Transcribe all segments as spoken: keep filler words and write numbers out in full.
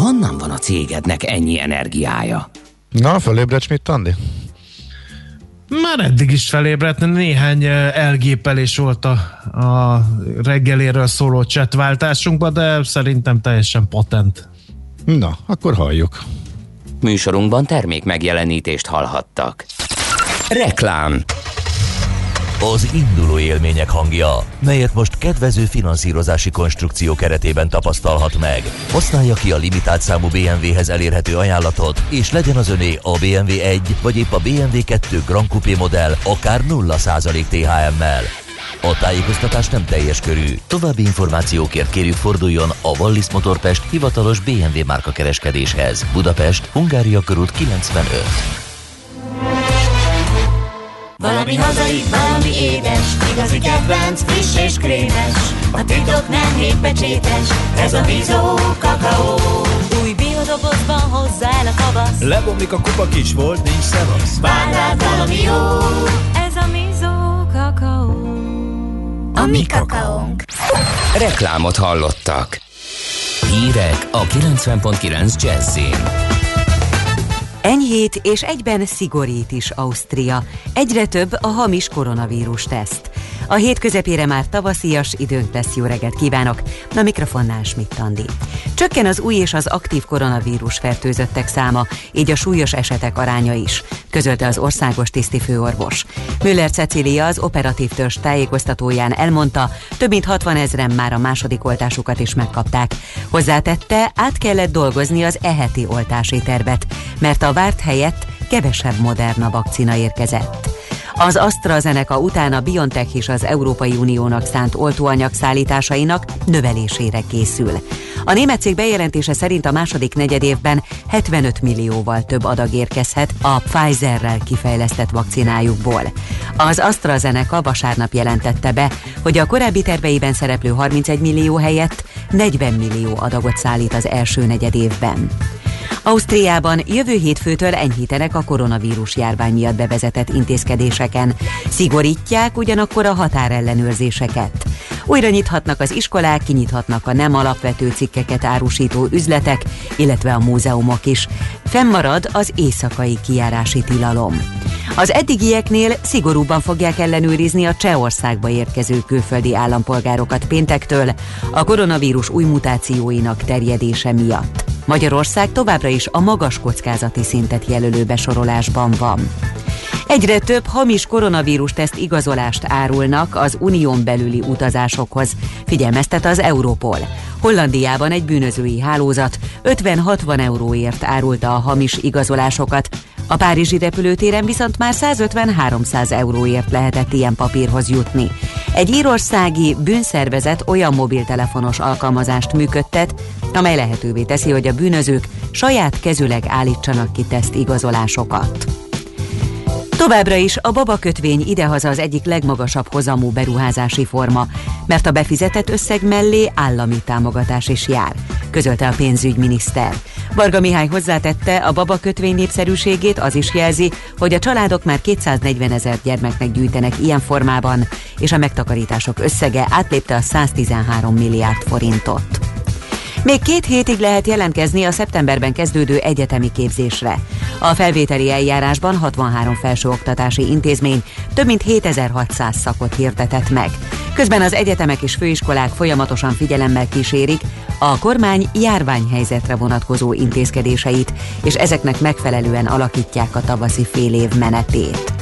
honnan van a cégednek ennyi energiája? Na, fölébredsz mit, Andi? Már eddig is felébredt, néhány elgépelés volt a, a reggeléről szóló csetváltásunkban, de szerintem teljesen patent. Na, akkor halljuk. Műsorunkban termék megjelenítést hallhattak. Reklám. Az induló élmények hangja, melyet most kedvező finanszírozási konstrukció keretében tapasztalhat meg. Használja ki a limitált számú bé em vé-hez elérhető ajánlatot, és legyen az öné a bé em vé egy vagy épp a bé em vé kettő Grand Coupé modell akár nulla százalék té há em-mel. A tájékoztatás nem teljes körű. További információkért kérjük forduljon a Wallis Motor Pest hivatalos bé em vé márka kereskedéshez. Budapest, Hungária körút kilencvenöt. Valami hazai, valami édes, igazi kedvenc, friss és krémes. A titok nem hétpecsétes, ez a Mizó kakaó. Új biodobozban hozzá el a kavasz. Lebomlik a kupa, kis volt, nincs szevasz. Vár rád valami jó, ez a Mizó kakaó. A mi kakaónk. Reklámot hallottak. Hírek a kilencven pont kilenc Jazzin. Enyhít és egyben szigorít is Ausztria. Egyre több a hamis koronavírus teszt. A hét közepére már tavaszias időnk lesz, jó reggelt kívánok! A mikrofonnál Schmidt Andi. Csökken az új és az aktív koronavírus fertőzöttek száma, így a súlyos esetek aránya is, közölte az országos tisztifőorvos. Müller Cecília az operatív törzs tájékoztatóján elmondta, több mint hatvanezren már a második oltásukat is megkapták. Hozzátette, át kellett dolgozni az e-heti oltási tervet, mert a várt helyett kevesebb Moderna vakcina érkezett. Az AstraZeneca után a BioNTech is az Európai Uniónak szánt oltóanyag szállításainak növelésére készül. A német cég bejelentése szerint a második negyedévben hetvenöt millióval több adag érkezhet a Pfizerrel kifejlesztett vakcinájukból. Az AstraZeneca vasárnap jelentette be, hogy a korábbi terveiben szereplő harmincegy millió helyett negyven millió adagot szállít az első negyedévben. Ausztriában jövő hétfőtől enyhítenek a koronavírus járvány miatt bevezetett intézkedéseken. Szigorítják ugyanakkor a határellenőrzéseket. Újra nyithatnak az iskolák, kinyithatnak a nem alapvető cikkeket árusító üzletek, illetve a múzeumok is. Fennmarad az éjszakai kijárási tilalom. Az eddigieknél szigorúbban fogják ellenőrizni a Csehországba érkező külföldi állampolgárokat péntektől a koronavírus új mutációinak terjedése miatt. Magyarország továbbra is a magas kockázati szintet jelölő besorolásban van. Egyre több hamis koronavírus teszt igazolást árulnak az unión belüli utazásokhoz, figyelmeztet az Europol. Hollandiában egy bűnözői hálózat ötven-hatvan euróért árulta a hamis igazolásokat, a párizsi repülőtéren viszont már százötven-háromszáz euróért lehetett ilyen papírhoz jutni. Egy írországi bűnszervezet olyan mobiltelefonos alkalmazást működtet, amely lehetővé teszi, hogy a bűnözők saját kezüleg állítsanak ki tesztigazolásokat. Továbbra is a babakötvény idehaza az egyik legmagasabb hozamú beruházási forma, mert a befizetett összeg mellé állami támogatás is jár, közölte a pénzügyminiszter. Varga Mihály hozzátette, a babakötvény népszerűségét az is jelzi, hogy a családok már kétszáznegyvenezer gyermeknek gyűjtenek ilyen formában, és a megtakarítások összege átlépte a száztizenhárom milliárd forintot. Még két hétig lehet jelentkezni a szeptemberben kezdődő egyetemi képzésre. A felvételi eljárásban hatvanhárom felsőoktatási intézmény több mint hétezer-hatszáz szakot hirdetett meg. Közben az egyetemek és főiskolák folyamatosan figyelemmel kísérik a kormány járványhelyzetre vonatkozó intézkedéseit, és ezeknek megfelelően alakítják a tavaszi fél év menetét.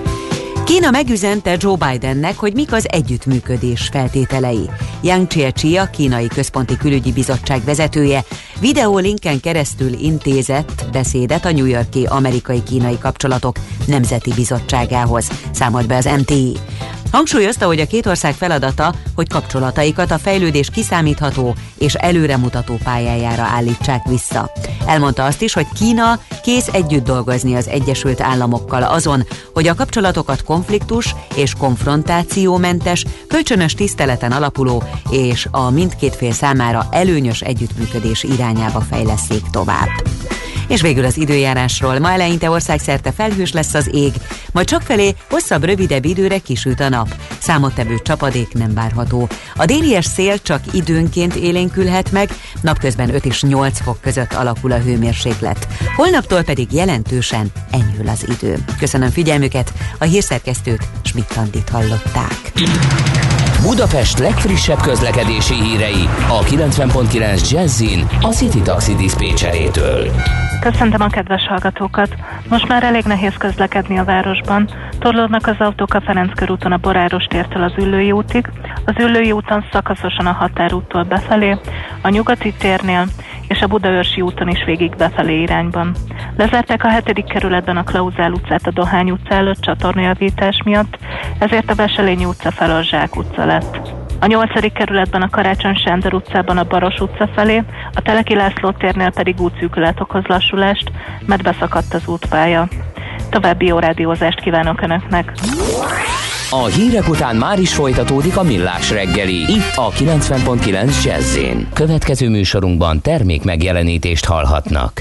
Kína megüzente Joe Bidennek, hogy mik az együttműködés feltételei. Yang Jiechi, a Kínai Központi Külügyi Bizottság vezetője videólinken keresztül intézett beszédet a New York-i Amerikai-Kínai Kapcsolatok Nemzeti Bizottságához, számolt be az em té i. Hangsúlyozta, hogy a két ország feladata, hogy kapcsolataikat a fejlődés kiszámítható és előremutató pályájára állítsák vissza. Elmondta azt is, hogy Kína kész együtt dolgozni az Egyesült Államokkal azon, hogy a kapcsolatokat konfliktus és konfrontációmentes, kölcsönös tiszteleten alapuló és a mindkét fél számára előnyös együttműködés irányába fejlesszék tovább. És végül az időjárásról. Ma eleinte országszerte felhős lesz az ég, majd sokfelé hosszabb, rövidebb időre kisüt a nap. Számottevő csapadék nem várható. A délies szél csak időnként élénkülhet meg, napközben öt és nyolc fok között alakul a hőmérséklet. Holnaptól pedig jelentősen enyhül az idő. Köszönöm figyelmüket, a hírszerkesztőt, Schmidt-Andit hallották. Budapest legfrissebb közlekedési hírei a kilencven pont kilenc Jazzin a City Taxi diszpécserétől. Köszöntöm a kedves hallgatókat! Most már elég nehéz közlekedni a városban. Torlódnak az autók a Ferenc körúton a Boráros tértől az Üllői útig, az Üllői úton szakaszosan a Határúttól befelé, a Nyugati térnél és a Budaörsi úton is végig befelé irányban. Lezárták a hetedik kerületben a Klauzál utcát a Dohány utca előtt csatornajavítás miatt, ezért a Veselényi utca fel a Zsák utca lett. A nyolcadik kerületben a Karácsony Sándor utcában a Baros utca felé, a Teleki László térnél pedig útszűkület okoz lassulást, mert beszakadt az útpálya. További jó rádiózást kívánok Önöknek! A hírek után már is folytatódik a Millás reggeli, itt a kilencven pont kilenc Jazz-én. Következő műsorunkban termék megjelenítést hallhatnak.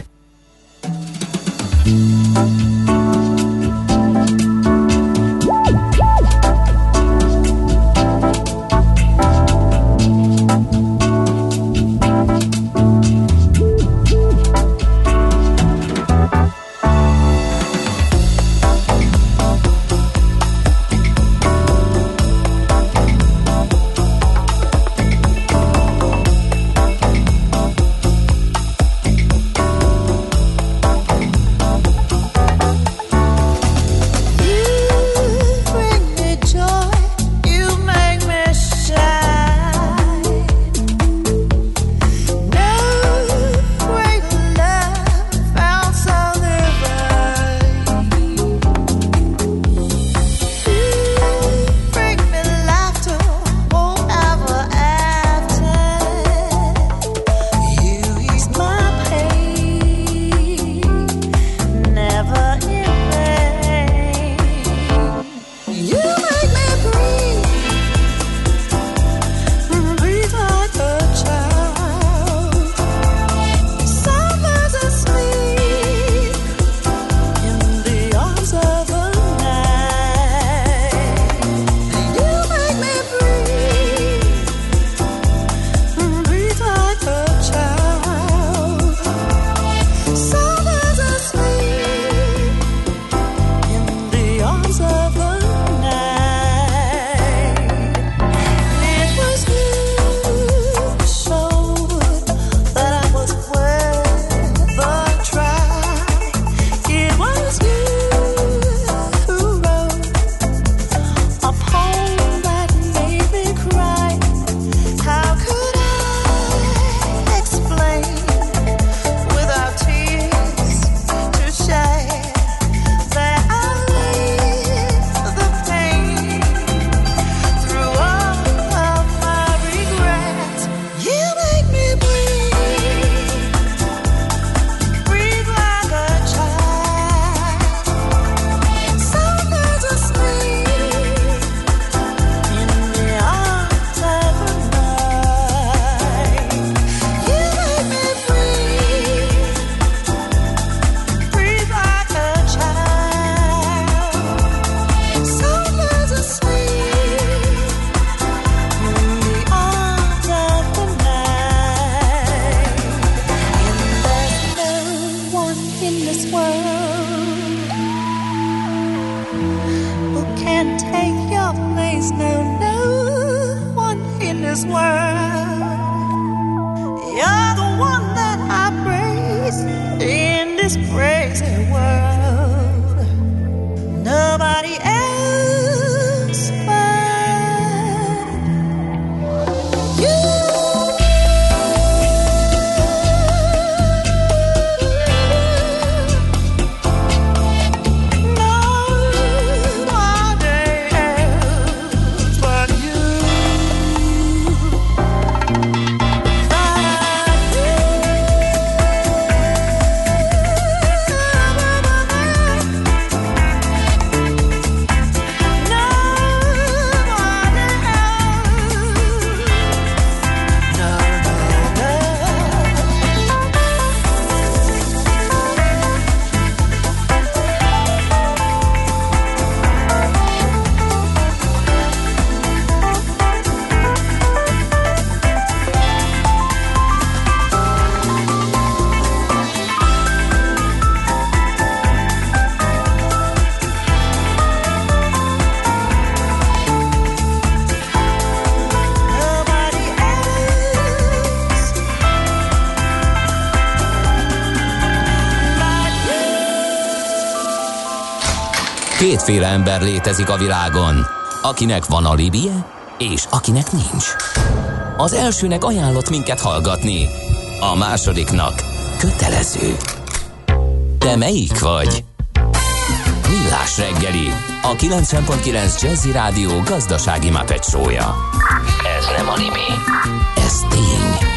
Kétféle ember létezik a világon, akinek van alibije, és akinek nincs. Az elsőnek ajánlott minket hallgatni, a másodiknak kötelező. Te melyik vagy? Millás reggeli, a kilencven pont kilenc Jazzy Rádió gazdasági Muppet show-ja. Ez nem anime, ez tény.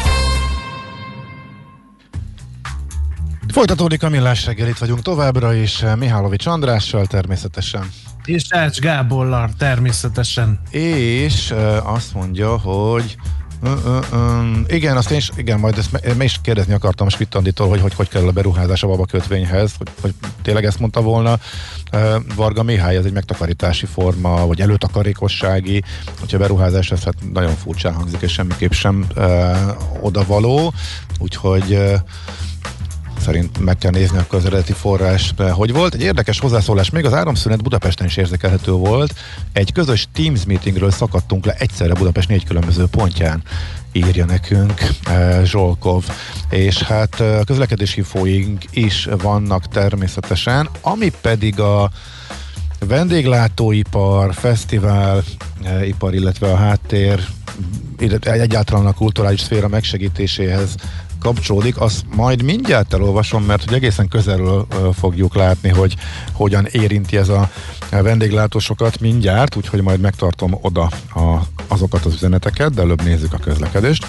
Folytatódik a Millás reggel, itt vagyunk továbbra is Mihálovics Andrással természetesen. És Ács Gáborral természetesen. És uh, azt mondja, hogy uh, uh, um, igen, azt én is, igen, majd ezt meg is kérdezni akartam a Schmidt-Anditól, hogy, hogy hogy kell a beruházás a babakötvényhez, hogy, hogy tényleg ezt mondta volna uh, Varga Mihály, ez egy megtakarítási forma, vagy előtakarékossági, hogyha beruházás, ez hát nagyon furcsán hangzik, és semmiképp sem uh, odavaló, úgyhogy uh, szerint meg kell nézni akkor az eredeti forrás, hogy volt. Egy érdekes hozzászólás, még az áramszünet Budapesten is érzékelhető volt. Egy közös Teams meetingről szakadtunk le egyszerre Budapest négy különböző pontján, írja nekünk eh, Zsolkov. És hát a közlekedési infóink is vannak természetesen, ami pedig a vendéglátóipar, fesztivál eh, ipar, illetve a háttér, egyáltalán a kulturális szféra megsegítéséhez kapcsolódik, azt majd mindjárt elolvasom, mert hogy egészen közelről uh, fogjuk látni, hogy hogyan érinti ez a vendéglátósokat mindjárt, úgyhogy majd megtartom oda a, azokat az üzeneteket, de előbb nézzük a közlekedést.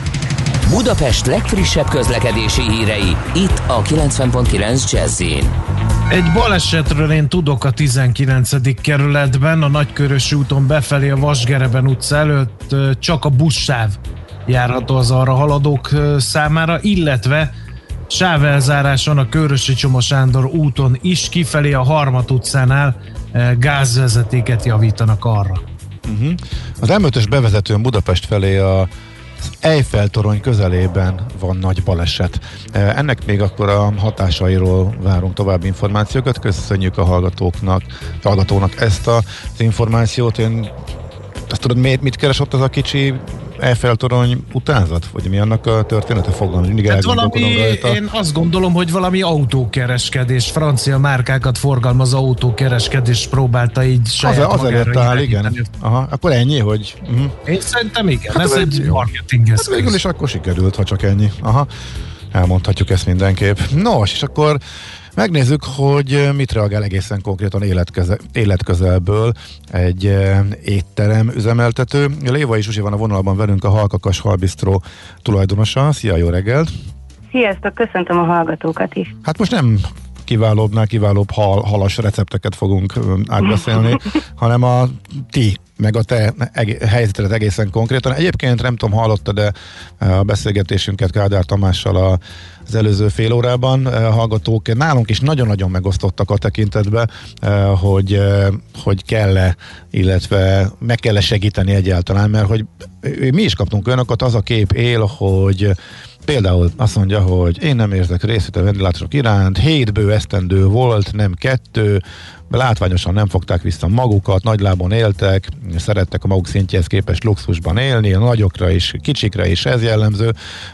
Budapest legfrissebb közlekedési hírei, itt a kilencven pont kilenc Jazz-in. Egy balesetről én tudok a tizenkilencedik kerületben, a Nagykörösi úton befelé a Vasgereben utca előtt csak a buszsáv járható az arra haladók számára, illetve sávelzáráson a Körösi Csoma Sándor úton is kifelé a Harmat utcánál gázvezetéket javítanak arra. Uh-huh. Az em ötös bevezetőn Budapest felé a az Eiffel-torony közelében van nagy baleset. Ennek még akkor a hatásairól várunk további információkat. Köszönjük a hallgatóknak, a hallgatónak ezt az információt. Én azt tudod, mit, mit keres ott az a kicsi Eiffel-torony utánzat? Vagy mi annak a története? Fogalmam, mindig hát valami, én azt gondolom, hogy valami autókereskedés, francia márkákat forgalmaz autókereskedés próbálta így saját az, azért áll, igen. Aha, akkor ennyi, hogy... Uh-huh. Én szerintem igen, hát ez egy marketing eszköz. Hát végül is akkor sikerült, ha csak ennyi. Aha, elmondhatjuk ezt mindenképp. Nos, és akkor megnézzük, hogy mit reagál egészen konkrétan életköze, életközelből egy e, étterem üzemeltető. Lévai Zsuzsi van a vonalban velünk, a Halkakas Halbisztró tulajdonosa. Szia, jó reggelt! Sziasztok, köszöntöm a hallgatókat is. Hát most nem kiválóbbnál kiválóbb hal, halas recepteket fogunk átbeszélni, hanem a ti, meg a te eg- helyzetet egészen konkrétan. Egyébként nem tudom, hallotta, de a beszélgetésünket Kádár Tamással a az előző fél órában hallgatók nálunk is nagyon-nagyon megosztottak a tekintetbe, hogy, hogy kell-e, illetve meg kell-e segíteni egyáltalán, mert hogy mi is kaptunk olyanokat, az a kép él, hogy például azt mondja, hogy én nem érzek részét a vendéglátások iránt, hét bő esztendő volt, nem kettő, látványosan nem fogták vissza magukat, nagylábon éltek, szerettek a maguk szintjéhez képest luxusban élni, a nagyokra is, kicsikre is ez jellemző.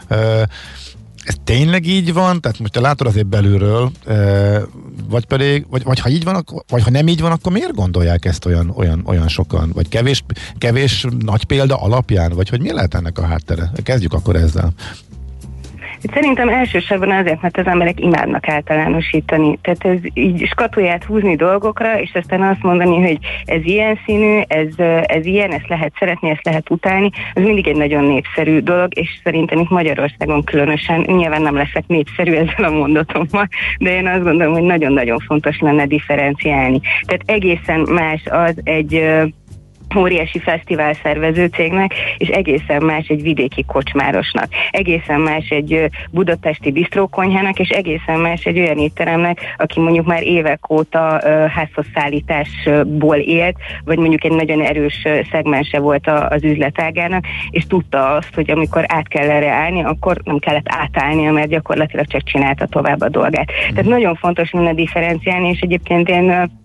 Ez tényleg így van? Tehát most te látod azért belülről, vagy pedig, vagy, vagy ha így van, akkor, vagy ha nem így van, akkor miért gondolják ezt olyan, olyan, olyan sokan? Vagy kevés, kevés nagy példa alapján? Vagy hogy mi lehet ennek a háttere? Kezdjük akkor ezzel. Szerintem elsősorban azért, mert az emberek imádnak általánosítani. Tehát ez így skatulját húzni dolgokra, és aztán azt mondani, hogy ez ilyen színű, ez, ez ilyen, ezt lehet szeretni, ezt lehet utálni, ez mindig egy nagyon népszerű dolog, és szerintem itt Magyarországon különösen, nyilván nem leszek népszerű ezzel a mondatommal, de én azt gondolom, hogy nagyon-nagyon fontos lenne differenciálni. Tehát egészen más az egy óriási fesztivál szervező cégnek, és egészen más egy vidéki kocsmárosnak, egészen más egy budapesti bisztrókonyhának, és egészen más egy olyan étteremnek, aki mondjuk már évek óta uh, házhoz szállításból élt, vagy mondjuk egy nagyon erős szegmense volt a, az üzletágának, és tudta azt, hogy amikor át kell erre állni, akkor nem kellett átállnia, mert gyakorlatilag csak csinálta tovább a dolgát. Tehát nagyon fontos lenne differenciálni, és egyébként én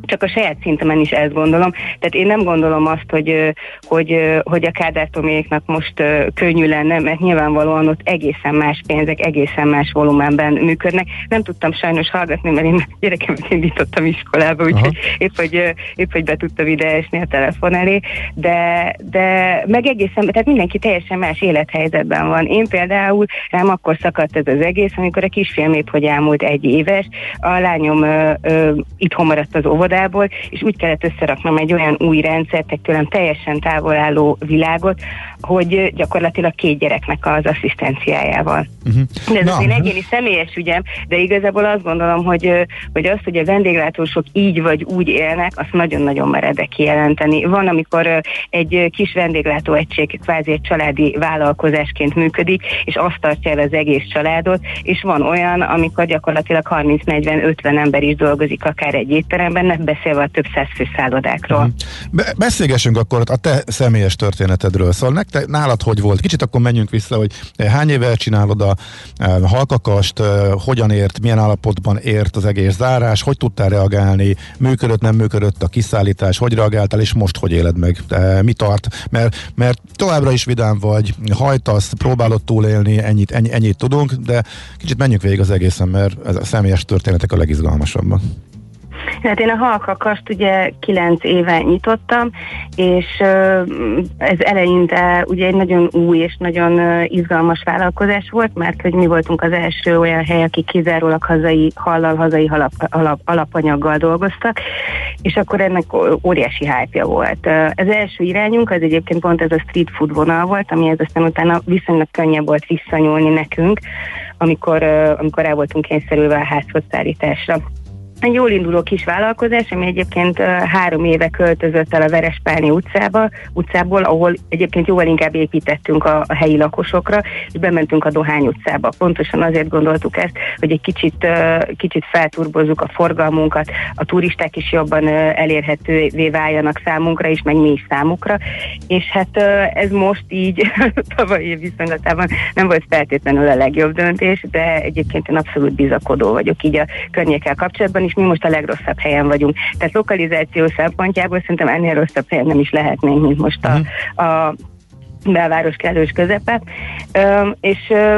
csak a saját szintemen is ezt gondolom. Tehát én nem gondolom azt, hogy, hogy, hogy a Kádár Tomiéknak most könnyű lenne, mert nyilvánvalóan ott egészen más pénzek, egészen más volumenben működnek. Nem tudtam sajnos hallgatni, mert én gyerekemet indítottam iskolába, úgyhogy épp hogy, épp, hogy be tudtam ide esni a telefon elé, de, de meg egészen, tehát mindenki teljesen más élethelyzetben van. Én például, rám akkor szakadt ez az egész, amikor a kisfiam épp hogy elmúlt egy éves, a lányom ö, ö, itthon maradt az óvodából, és úgy kellett összeraknom egy olyan új rendszert, egy tőlem teljesen távol álló világot, hogy gyakorlatilag két gyereknek az asszisztenciájával. Uh-huh. De ez Na, az én egyéni személyes ügyem, de igazából azt gondolom, hogy, hogy azt, hogy a vendéglátósok így vagy úgy élnek, azt nagyon-nagyon meredek kijelenteni. Van, amikor egy kis vendéglátó egység kvázi egy családi vállalkozásként működik, és azt tartja el az egész családot, és van olyan, amikor gyakorlatilag harminc negyven ötven ember is dolgozik akár egy étteremben, nem beszélve a több száz fő szállodákról. Uh-huh. Be- beszélgessünk akkor a te személyes történetedről. Szóval nektek, nálad hogy volt? Kicsit akkor menjünk vissza, hogy hány éve csinálod a halkakast, hogyan ért, milyen állapotban ért az egész zárás, hogy tudtál reagálni, működött, nem működött a kiszállítás, hogy reagáltál, és most hogy éled meg? Mi tart? Mert, mert továbbra is vidám vagy, hajtasz, próbálod túlélni, ennyit, ennyi, ennyit tudunk, de kicsit menjünk végig az egészen, mert ez a személyes történetek a legizgalmasabbak. Hát én a halkakast ugye kilenc éve nyitottam, és ez eleinte ugye egy nagyon új és nagyon izgalmas vállalkozás volt, mert hogy mi voltunk az első olyan hely, akik kizárólag hazai hallal, hazai alap, alap, alapanyaggal dolgoztak, és akkor ennek óriási hype-ja volt. Az első irányunk az egyébként pont ez a street food vonal volt, amihez aztán utána viszonylag könnyebb volt visszanyúlni nekünk, amikor, amikor el voltunk kényszerülve a házhozszállításra. Egy jól induló kis vállalkozás, ami egyébként uh, három éve költözött el a Verespálni utcába, utcából, ahol egyébként jóval inkább építettünk a, a helyi lakosokra, és bementünk a Dohány utcába. Pontosan azért gondoltuk ezt, hogy egy kicsit, uh, kicsit felturbozzuk a forgalmunkat, a turisták is jobban uh, elérhetővé váljanak számunkra is, meg mi is számukra, és hát uh, ez most így tavalyi év viszonylatában nem volt feltétlenül a legjobb döntés, de egyébként én abszolút bizakodó vagyok így a környékkel kapcsolatban, és mi most a legrosszabb helyen vagyunk. Tehát lokalizáció szempontjából szerintem ennél rosszabb helyen nem is lehetnénk, mint most a, a belváros kellős közepe. Üm, és,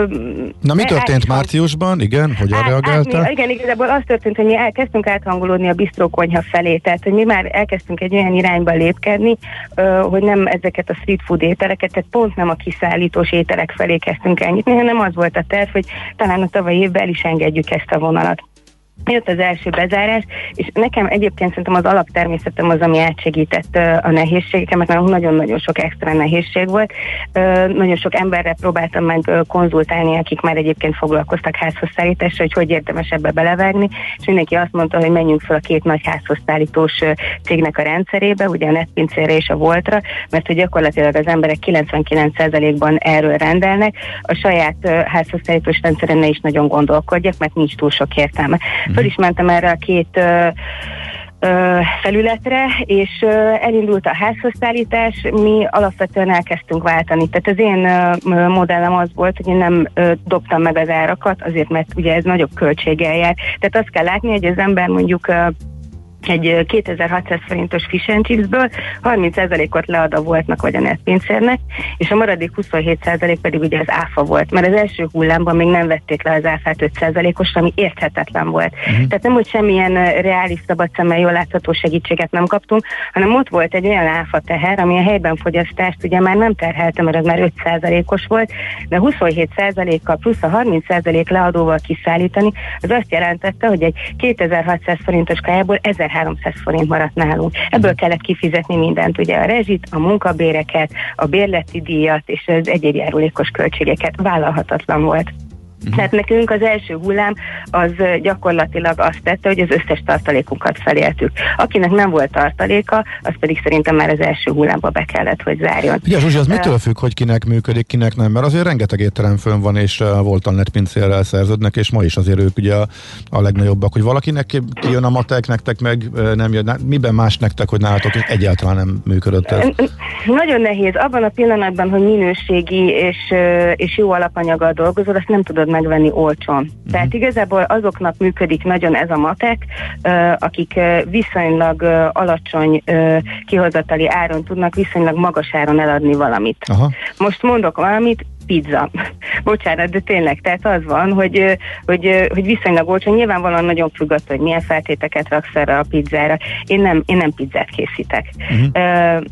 Na mi történt márciusban? Igen, hogyan reagáltál? Igen, igazából az történt, hogy mi elkezdtünk áthangolódni a bistrókonyha felé, tehát hogy mi már elkezdtünk egy olyan irányba lépkedni, hogy nem ezeket a street food ételeket, tehát pont nem a kiszállítós ételek felé kezdtünk el nyitni, hanem az volt a terv, hogy talán a tavalyi évben el is engedjük ezt a vonalat. Jött az első bezárás, és nekem egyébként szerintem az alaptermészetem az, ami átsegített a nehézségeket, mert nagyon-nagyon sok extra nehézség volt. Nagyon sok emberrel próbáltam meg konzultálni, akik már egyébként foglalkoztak házhozszállításra, hogy hogy érdemes ebbe belevágni, és mindenki azt mondta, hogy menjünk fel a két nagy házhozszállítós cégnek a rendszerébe, ugye a Netpincére és a Voltra, mert hogy gyakorlatilag az emberek kilencvenkilenc százalékban erről rendelnek, a saját házhozszállítós rendszeren ne is nagyon gondolkodjak, mert nincs túl sok értelme. Föl is mentem erre a két ö, ö, felületre, és ö, elindult a házhozszállítás, mi alapvetően elkezdtünk váltani. Tehát az én ö, modellem az volt, hogy én nem ö, dobtam meg az árakat, azért, mert ugye ez nagyobb költséggel jár. Tehát azt kell látni, hogy az ember mondjuk ö, egy kétezer-hatszáz forintos fish and chipsből harminc százalékot lead a Voltnak vagy a Netpincérnek, és a maradék huszonhét százalék pedig ugye az áfa volt, mert az első hullámban még nem vették le az áfát öt százalékosra, ami érthetetlen volt. Uh-huh. Tehát nem, hogy semmilyen reális szabad szemmel jól látható segítséget nem kaptunk, hanem ott volt egy olyan áfa teher, ami a helyben fogyasztást ugye már nem terhelte, mert az már öt százalékos volt, de huszonhét százalékkal plusz a harminc százalék leadóval kiszállítani, az azt jelentette, hogy egy kétezer-hatszáz forintos kajából ezerháromszáz forint maradt nálunk. Ebből kellett kifizetni mindent, ugye a rezsit, a munkabéreket, a bérleti díjat és az egyéb járulékos költségeket. Vállalhatatlan volt. Uh-huh. Tehát nekünk az első hullám az gyakorlatilag azt tette, hogy az összes tartalékunkat feléltük. Akinek nem volt tartaléka, az pedig szerintem már az első hullámba be kellett, hogy zárjon. Ugye Zsuzsi, az uh, mitől függ, hogy kinek működik, kinek nem? Mert azért rengeteg étterem fönn van, és uh, volt a Netpincérrel szerződnek, és ma is azért ők ugye a, a legnagyobbak. Hogy valakinek kijön a matek, nektek meg uh, nem jön. Miben más nektek, hogy nálatok egyáltalán nem működött ez? Nagyon nehéz. Abban a pillanatban, hogy minőségi és, uh, és jó alapanyaggal dolgozol, azt nem tudod megvenni olcsón. Uh-huh. Tehát igazából azoknak működik nagyon ez a matek, akik viszonylag alacsony kihozatali áron tudnak viszonylag magas áron eladni valamit. Aha. Most mondok valamit, pizza. Bocsánat, de tényleg, tehát az van, hogy, hogy, hogy viszonylag olcsó, nyilvánvalóan nagyon függ attól, hogy milyen feltéteket raksz erre a pizzára. Én nem, én nem pizzát készítek. Uh-huh. Uh,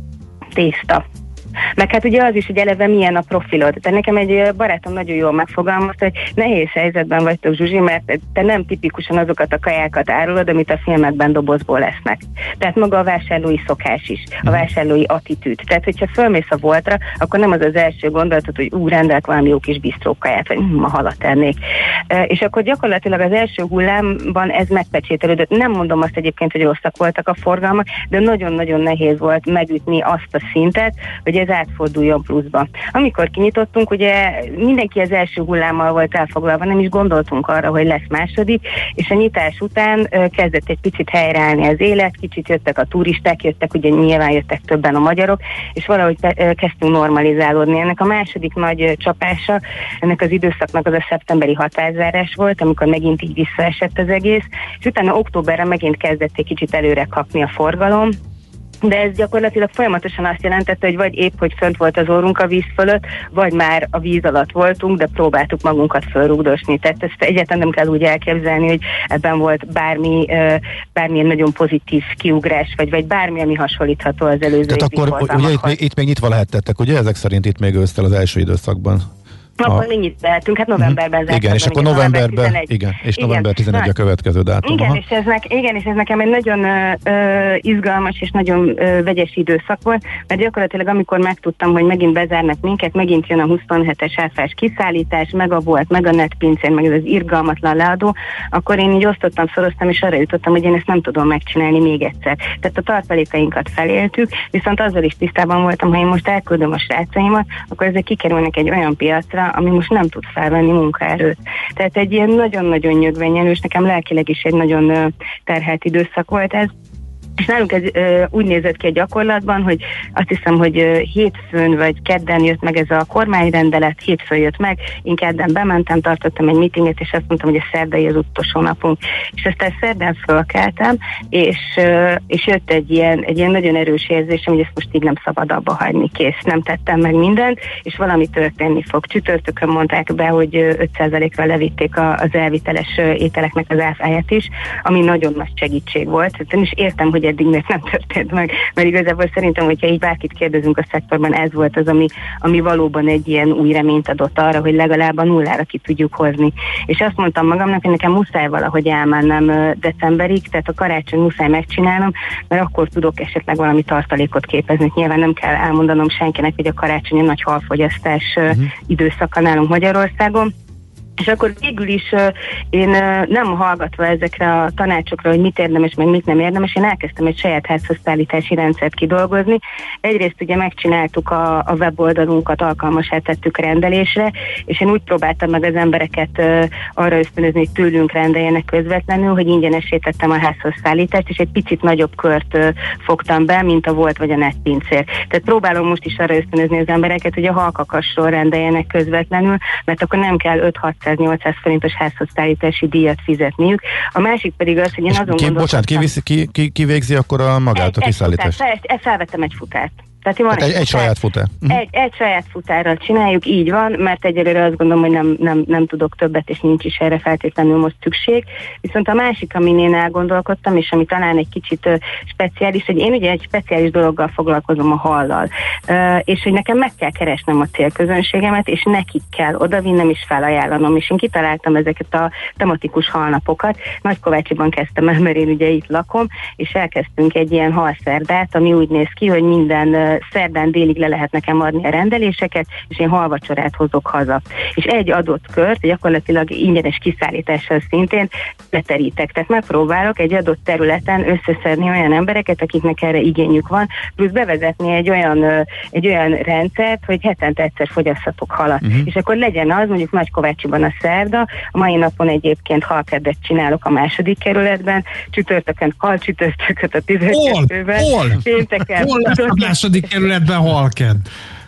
tészta. Meg hát ugye az is, hogy eleve milyen a profilod. Tehát nekem egy barátom nagyon jól megfogalmazta, hogy nehéz helyzetben vagytok, Zsuzsi, mert te nem tipikusan azokat a kajákat árulod, amit a filmekben dobozból lesznek. Tehát maga a vásárlói szokás is, a vásárlói attitűd. Tehát, hogyha fölmész a boltra, akkor nem az az első gondolatod, hogy ú, rendelek valami jó kis bisztrókaját, vagy ma halat ennék. E, és akkor gyakorlatilag az első hullámban ez megpecsételődött. Nem mondom azt egyébként, hogy rosszak voltak a forgalmak, de nagyon-nagyon nehéz volt megütni azt a szintet, hogy ez átforduljon pluszba. Amikor kinyitottunk, ugye mindenki az első hullámmal volt elfoglalva, nem is gondoltunk arra, hogy lesz második, és a nyitás után kezdett egy picit helyreállni az élet, kicsit jöttek a turisták, jöttek, ugye nyilván jöttek többen a magyarok, és valahogy kezdtünk normalizálódni. Ennek a második nagy csapása, ennek az időszaknak az a szeptemberi határzárás volt, amikor megint így visszaesett az egész, és utána októberre megint kezdett egy kicsit előre kapni a forgalom, de ez gyakorlatilag folyamatosan azt jelentette, hogy vagy épp, hogy fönt volt az orrunk a víz fölött, vagy már a víz alatt voltunk, de próbáltuk magunkat fölrugdosni. Tehát ezt egyáltalán nem kell úgy elképzelni, hogy ebben volt bármi, bármilyen nagyon pozitív kiugrás, vagy, vagy bármi, ami hasonlítható az előző Tehát akkor ugye itt még, itt még nyitva lehettettek, ugye ezek szerint itt még ősztel az első időszakban? Akkor mi nyit lehetünk, hát novemberben zártam. Igen, és akkor novemberben, igen, és november tizenegy a következő dátum. Igen, és ez, ne, igen, és ez nekem egy nagyon ö, izgalmas és nagyon ö, vegyes időszak volt, mert gyakorlatilag amikor megtudtam, hogy megint bezárnak minket, megint jön a huszonhetes áfás kiszállítás, meg a volt, meg a netpincér, meg ez az irgalmatlan leadó, akkor én így osztottam, szoroztam, és arra jutottam, hogy én ezt nem tudom megcsinálni még egyszer. Tehát a tartalékainkat feléltük, viszont azzal is tisztában voltam, ha én most elküldöm a srácaimat, akkor ezek kikerülnek egy olyan piacra, ami most nem tud felvenni munkaerőt. Tehát egy ilyen nagyon-nagyon nyögvenyelős, nekem lelkileg is egy nagyon terhelt időszak volt ez. És nálunk ez ö, úgy nézett ki a gyakorlatban, hogy azt hiszem, hogy ö, hétfőn vagy kedden jött meg ez a kormányrendelet, hétfőn jött meg, én kedden bementem, tartottam egy meetinget, és azt mondtam, hogy a szerdai az utolsó napunk. És aztán szerdán fölkeltem, és, ö, és jött egy ilyen, egy ilyen nagyon erős érzésem, hogy ezt most így nem szabad abba hagyni, kész. Nem tettem meg mindent, és valami történni fog. Csütörtökön mondták be, hogy öt százalékra levitték a, az elviteles ételeknek az áfáját is, ami nagyon nagy segítség volt. Én is értem, hogy eddig még nem történt meg, mert igazából szerintem, hogyha így bárkit kérdezünk a szektorban, ez volt az, ami, ami valóban egy ilyen új reményt adott arra, hogy legalább a nullára ki tudjuk hozni. És azt mondtam magamnak, hogy nekem muszáj valahogy elmennem decemberig, tehát a karácsony muszáj megcsinálnom, mert akkor tudok esetleg valami tartalékot képezni. Nyilván nem kell elmondanom senkinek, hogy a karácsony a nagy halfogyasztás uh-huh. időszaka nálunk Magyarországon. És akkor végül is uh, én uh, nem hallgatva ezekre a tanácsokra, hogy mit érdemes, meg mit nem érdemes, én elkezdtem egy saját házhozszállítási rendszert kidolgozni. Egyrészt ugye megcsináltuk a, a weboldalunkat, alkalmassá tettük rendelésre, és én úgy próbáltam meg az embereket uh, arra ösztönözni, hogy tőlünk rendeljenek közvetlenül, hogy ingyenesé tettem a házhozszállítást, és egy picit nagyobb kört uh, fogtam be, mint a volt vagy a netpincér. Tehát próbálom most is arra ösztönözni az embereket, hogy a halkakasról rendeljenek közvetlenül, mert akkor nem kell öt-hatszáz-nyolcszáz forintos házhozszállítási díjat fizetniük. A másik pedig az, hogy én és azon ki, gondolkodtam... Bocsánat, ki, viszi, ki, ki, ki végzi akkor a magát egy, a kiszállítást? Egy futár, felvettem egy futárt. Tehát van egy, egy, egy saját futár. Uh-huh. Egy, egy saját futárral csináljuk, így van, mert egyelőre azt gondolom, hogy nem, nem, nem tudok többet, és nincs is erre feltétlenül most szükség. Viszont a másik, amin én elgondolkodtam, és ami talán egy kicsit uh, speciális, hogy én ugye egy speciális dologgal foglalkozom a hallal, uh, és hogy nekem meg kell keresnem a célközönségemet, és nekik kell odavinnem és felajánlanom, és én kitaláltam ezeket a tematikus halnapokat. Nagykovácsiban kezdtem el, mert én ugye itt lakom, és elkezdtünk egy ilyen halszerdát, ami úgy néz ki, hogy minden szerdán délig le lehet nekem adni a rendeléseket, és én halvacsorát hozok haza. És egy adott kört, gyakorlatilag ingyenes kiszállítással szintén leterítek. Tehát megpróbálok egy adott területen összeszedni olyan embereket, akiknek erre igényük van, plusz bevezetni egy olyan, egy olyan rendszert, hogy hetente egyszer fogyasztatok halat. Uh-huh. És akkor legyen az, mondjuk Nagykovácsiban a szerda, a mai napon egyébként halkedvet csinálok a második kerületben, csütörtökön halcsütörtököt a tizenkettőben. Hol? Hol? Hol lesz a második kerületben halked?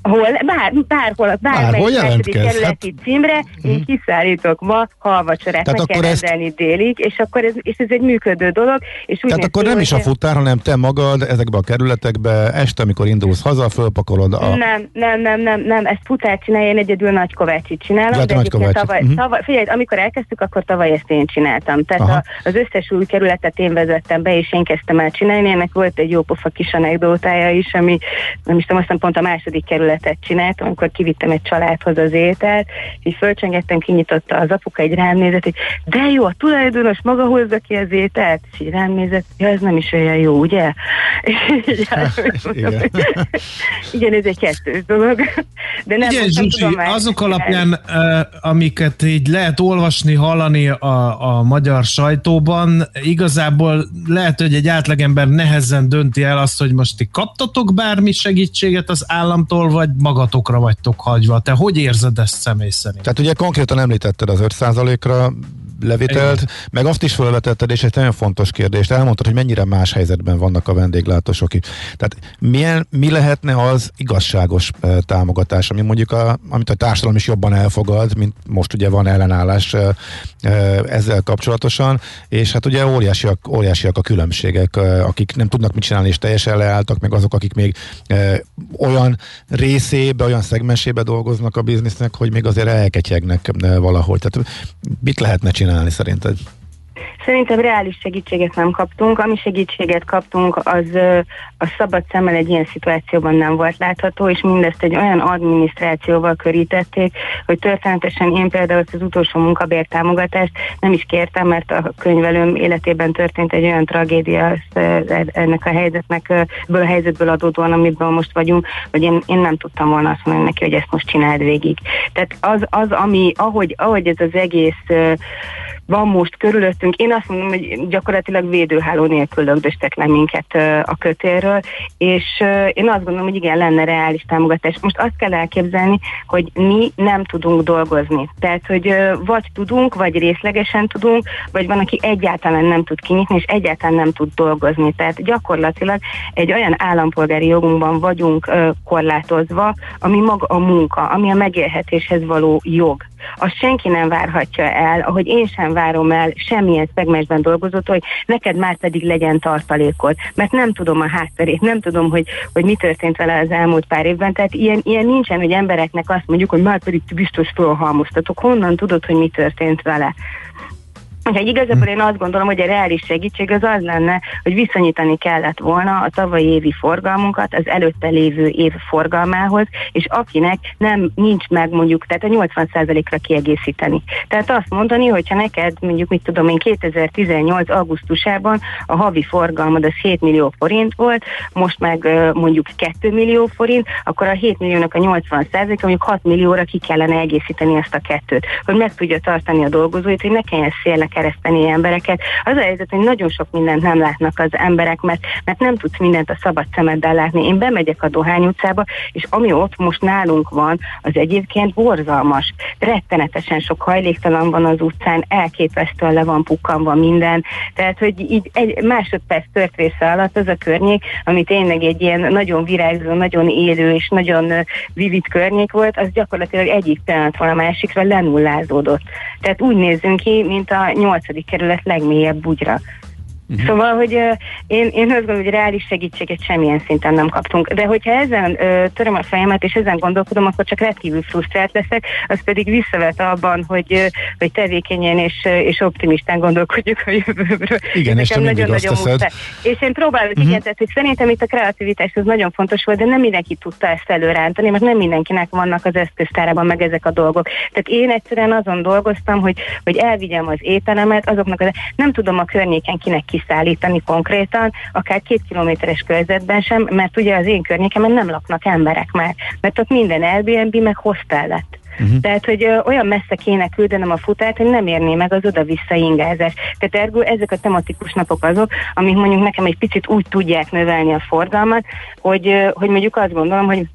Hol, bár, bárhol, bármelyik második kerületi címre, én uh-huh. kiszállítok ma halvacsorát, meg kell rendelni ezt... délig, és akkor ez, és ez egy működő dolog. És úgy Tehát akkor nem is a futár, hanem te magad ezekbe a kerületekbe este, amikor indulsz haza, fölpakolod a... Nem, nem, nem, nem, nem, ezt futár csinálja, én egyedül Nagykovácsit csinálom, Zsát de egyébként tavaly, uh-huh. tavaly, figyelj, amikor elkezdtük, akkor tavaly ezt én csináltam. Tehát a, az összes új kerületet én vezettem be, és én kezdtem el csinálni, ennek volt egy jópofa kis anekdótája is, ami nem is tudom, aztán pont a második kerületet csináltam, amikor kivittem egy családhoz az ételt, így fölcsengettem, kinyitotta az apuka, egy rám nézett, hogy de jó, a tulajdonos maga hozza ki az ételt, és így rám nézett, ja, ez nem is olyan jó, ugye? Igen. Igen, ez egy kettős dolog. De nem, igen, Zsuzsi, azok alapján, amiket így lehet olvasni, hallani a, a magyar sajtóban, igazából lehet, hogy egy átlagember nehezen dönti el azt, hogy most ti kaptatok bármi segítséget az államtól, vagy magatokra vagytok hagyva. Te hogy érzed ezt személy szerint? Tehát ugye konkrétan említetted az öt százalékra levitelt, igen. meg azt is felvetetted, és egy nagyon fontos kérdést, elmondtad, hogy mennyire más helyzetben vannak a vendéglátósok. Tehát milyen, mi lehetne az igazságos e, támogatás, ami mondjuk a, amit a társadalom is jobban elfogad, mint most ugye van ellenállás e, e, ezzel kapcsolatosan, és hát ugye óriásiak, óriásiak a különbségek, e, akik nem tudnak mit csinálni, és teljesen leálltak, meg azok, akik még e, olyan részébe, olyan szegmensébe dolgoznak a biznisznek, hogy még azért elketyegnek e, valahogy. Tehát mit lehetne csinálni szerinted? Szerintem reális segítséget nem kaptunk. Ami segítséget kaptunk, az a szabad szemmel egy ilyen szituációban nem volt látható, és mindezt egy olyan adminisztrációval körítették, hogy történetesen én például az utolsó munkabértámogatást nem is kértem, mert a könyvelőm életében történt egy olyan tragédia ennek a helyzetnek, ebből a helyzetből adódóan, amiben most vagyunk, hogy én, én nem tudtam volna azt mondani neki, hogy ezt most csináld végig. Tehát az, az ami, ahogy, ahogy ez az egész van most körülöttünk, én azt mondom, hogy gyakorlatilag védőháló nélkül lögdöstek le minket a kötélről, és én azt gondolom, hogy igen, lenne reális támogatás. Most azt kell elképzelni, hogy mi nem tudunk dolgozni. Tehát, hogy vagy tudunk, vagy részlegesen tudunk, vagy van, aki egyáltalán nem tud kinyitni, és egyáltalán nem tud dolgozni. Tehát gyakorlatilag egy olyan állampolgári jogunkban vagyunk korlátozva, ami maga a munka, ami a megélhetéshez való jog. Azt senki nem várhatja el, ahogy én sem várom el semmilyen szegmensben dolgozott, hogy neked már pedig legyen tartalékod, mert nem tudom a hátterét, nem tudom, hogy, hogy mi történt vele az elmúlt pár évben, tehát ilyen, ilyen nincsen, hogy embereknek azt mondjuk, hogy már pedig biztos fölhalmoztatok, honnan tudod, hogy mi történt vele. Úgyhogy igazából én azt gondolom, hogy a reális segítség az az lenne, hogy viszonyítani kellett volna a tavalyi évi forgalmunkat az előtte lévő év forgalmához, és akinek nem nincs meg mondjuk, tehát a nyolcvan százalékra kiegészíteni. Tehát azt mondani, hogyha neked mondjuk, mit tudom én, kétezer-tizennyolc augusztusában a havi forgalmad az hét millió forint volt, most meg mondjuk két millió forint, akkor a hét milliónak a nyolcvan százaléka mondjuk hat millióra ki kellene egészíteni ezt a kettőt, hogy meg tudja tartani a dolgozóit, hogy ne kelljen szélnek kereszteni embereket. Az a helyzet, hogy nagyon sok mindent nem látnak az emberek, mert, mert nem tudsz mindent a szabad szemeddel látni. Én bemegyek a Dohány utcába, és ami ott most nálunk van, az egyébként borzalmas. Rettenetesen sok hajléktalan van az utcán, elképesztően le van pukkanva minden. Tehát, hogy így egy másodperc tört része alatt az a környék, ami tényleg egy ilyen nagyon virágzó, nagyon élő és nagyon vivid környék volt, az gyakorlatilag egyik pillanatról a másikra lenullázódott. Tehát úgy nézzünk ki, mint a nyolcadik kerület legmélyebb bugyra. Uh-huh. Szóval, hogy uh, én, én azt gondolom, hogy reális segítséget semmilyen szinten nem kaptunk. De hogyha ezen uh, töröm a fejemet, és ezen gondolkodom, akkor csak rendkívül frusztrált leszek, az pedig visszavet abban, hogy, uh, hogy tevékenyen és, uh, és optimistán gondolkodjuk a jövőből. Igen, és te mindig azt teszed. És én próbálok, uh-huh. igen, tehát, hogy szerintem itt a kreativitás az nagyon fontos volt, de nem mindenki tudta ezt előrántani, mert nem mindenkinek vannak az eszköztárában meg ezek a dolgok. Tehát én egyszerűen azon dolgoztam, hogy, hogy elvigyem az ételemet, azoknak az, nem tudom a környéken kinek kiszállítani konkrétan, akár két kilométeres körzetben sem, mert ugye az én környékemen nem laknak emberek már, mert ott minden Airbnb meg hostel lett. Uh-huh. Tehát, hogy ö, olyan messze kéne küldenem a futárt, hogy nem érné meg az oda-vissza ingázás. Tehát ergo ezek a tematikus napok azok, amik mondjuk nekem egy picit úgy tudják növelni a forgalmat, hogy, ö, hogy mondjuk azt gondolom, hogy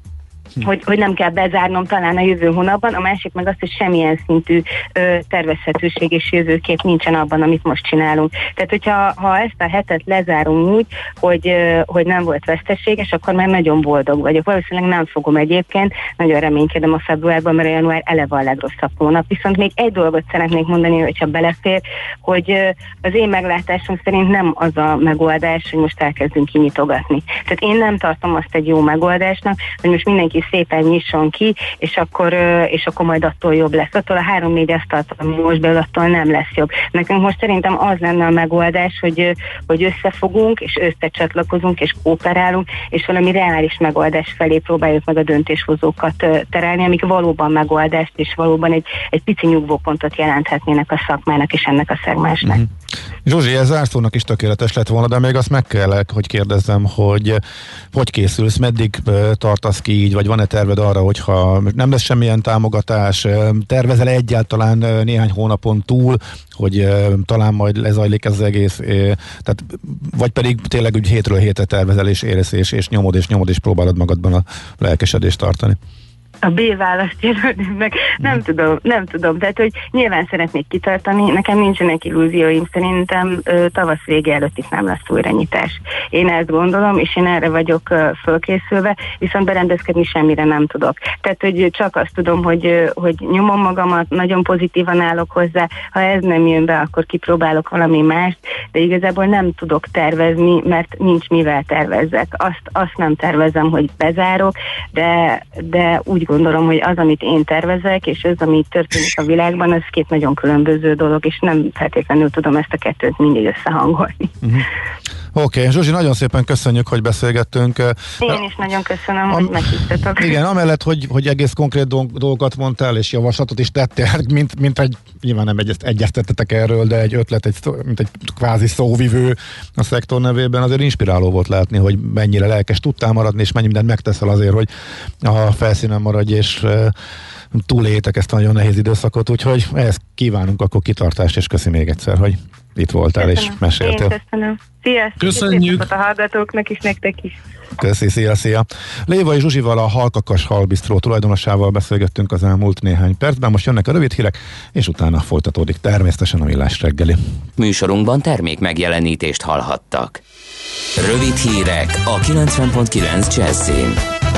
hogy, hogy nem kell bezárnom talán a jövő hónapban, a másik meg az, hogy semmilyen szintű ö, tervezhetőség és jövőkép nincsen abban, amit most csinálunk. Tehát, hogyha ha ezt a hetet lezárom úgy, hogy, ö, hogy nem volt veszteséges, akkor már nagyon boldog vagyok. Valószínűleg nem fogom egyébként, nagyon reménykedem a februárban, mert a január eleve a legrosszabb hónap. Viszont még egy dolgot szeretnék mondani, hogyha belefér, hogy ö, az én meglátásom szerint nem az a megoldás, hogy most elkezdünk kinyitogatni. Tehát én nem tartom azt egy jó megoldásnak, hogy most mindenki szépen nyisson ki, és akkor, és akkor majd attól jobb lesz. Attól a három-négy esztalt, ami most belül, attól nem lesz jobb. Nekünk most szerintem az lenne a megoldás, hogy, hogy összefogunk, és összecsatlakozunk, és kooperálunk, és valami reális megoldás felé próbáljuk meg a döntéshozókat terelni, amik valóban megoldást, és valóban egy, egy pici nyugvópontot jelenthetnének a szakmának és ennek a szegmensnek. Mm-hmm. Zsuzsi, ez zárszónak is tökéletes lett volna, de még azt meg kell, hogy kérdezzem, hogy hogy készülsz, meddig tartasz ki így, vagy van-e terved arra, hogyha nem lesz semmilyen támogatás, tervezel egyáltalán néhány hónapon túl, hogy talán majd lezajlik ez az egész, tehát, vagy pedig tényleg úgy hétről hétre tervezel és éresz és, és nyomod és nyomod és próbálod magadban a lelkesedést tartani. A B választ jelölném meg. Nem tudom, nem tudom. Tehát, hogy nyilván szeretnék kitartani, nekem nincsenek illúzióim, szerintem ö, tavasz vége előtt itt nem lesz újranyitás. Én ezt gondolom, és én erre vagyok ö, fölkészülve, viszont berendezkedni semmire nem tudok. Tehát, hogy csak azt tudom, hogy, ö, hogy nyomom magamat, nagyon pozitívan állok hozzá, ha ez nem jön be, akkor kipróbálok valami mást, de igazából nem tudok tervezni, mert nincs mivel tervezzek. Azt, azt nem tervezem, hogy bezárok, de, de úgy gondolom, hogy az, amit én tervezek, és az, ami történik a világban, az két nagyon különböző dolog, és nem feltétlenül tudom ezt a kettőt mindig összehangolni. Uh-huh. Oké, okay. Zsuzsi, nagyon szépen köszönjük, hogy beszélgettünk. Én is nagyon köszönöm, Am- hogy meghívtatok. Igen, amellett, hogy, hogy egész konkrét dolgokat mondtál, és javaslatot is tettél, mint, mint egy, nyilván nem egy, egyeztettetek erről, de egy ötlet, egy, mint egy kvázi szóvivő a szektor nevében, azért inspiráló volt látni, hogy mennyire lelkes tudtál maradni, és mennyi mindent megteszel azért, hogy a felszínen maradj, és túléljétek ezt a nagyon nehéz időszakot, úgyhogy ehhez kívánunk akkor kitartást, és köszi még egyszer, hogy itt voltál köszönöm. És meséltél. Én köszönöm. Sziasztok! Köszönjük! A hallgatóknak is, nektek is. Köszi, szia, szia! Lévai Zsuzsival, a Halkakas Halbisztró tulajdonosával beszélgettünk az elmúlt néhány percben, most jönnek a rövid hírek, és utána folytatódik természetesen a Millás reggeli. Műsorunkban termék megjelenítést hallhattak. Rövid hírek a kilencven pont kilenc Jazzin.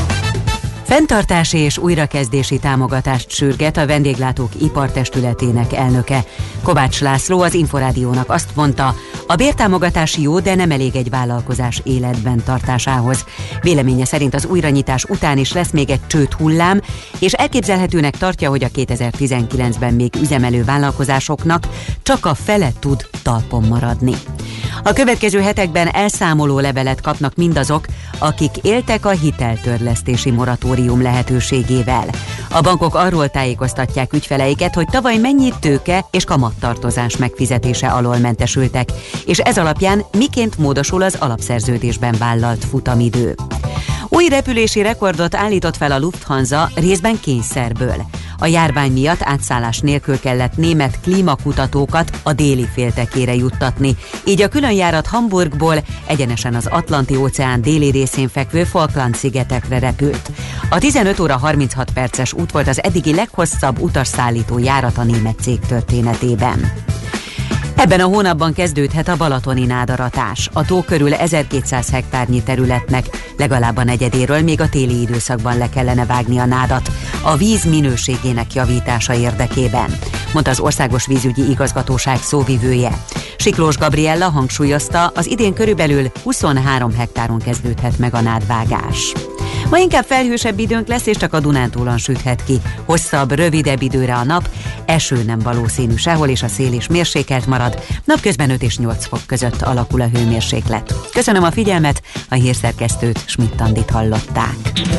Fenntartási és újrakezdési támogatást sürget a vendéglátók ipartestületének elnöke. Kovács László az Inforádiónak azt mondta, a bértámogatás jó, de nem elég egy vállalkozás életben tartásához. Véleménye szerint az újranyitás után is lesz még egy csőd hullám, és elképzelhetőnek tartja, hogy a kétezer-tizenkilencben még üzemelő vállalkozásoknak csak a fele tud talpon maradni. A következő hetekben elszámoló levelet kapnak mindazok, akik éltek a hiteltörlesztési moratórium lehetőségével. A bankok arról tájékoztatják ügyfeleiket, hogy tavaly mennyi tőke és kamattartozás megfizetése alól mentesültek, és ez alapján miként módosul az alapszerződésben vállalt futamidő. Új repülési rekordot állított fel a Lufthansa részben kényszerből. A járvány miatt átszállás nélkül kellett német klímakutatókat a déli féltekére juttatni, így a különjárat Hamburgból egyenesen az Atlanti-óceán déli részén fekvő Falkland-szigetekre repült. A tizenöt óra harminchat perces út volt az eddigi leghosszabb utasszállító járat a német cég történetében. Ebben a hónapban kezdődhet a balatoni nádaratás. A tó körül ezerkétszáz hektárnyi területnek legalább a negyedéről még a téli időszakban le kellene vágni a nádat, a víz minőségének javítása érdekében, mondta az Országos Vízügyi Igazgatóság szóvivője. Siklós Gabriella hangsúlyozta, az idén körülbelül huszonhárom hektáron kezdődhet meg a nádvágás. Ma inkább felhősebb időnk lesz, és csak a Dunántúlon süthet ki. Hosszabb, rövidebb időre a nap, eső nem valószínű sehol, és a szél is mérsékelt marad. Napközben öt és nyolc fok között alakul a hőmérséklet. Köszönöm a figyelmet, a hírszerkesztőt, Schmidt-Andit hallották.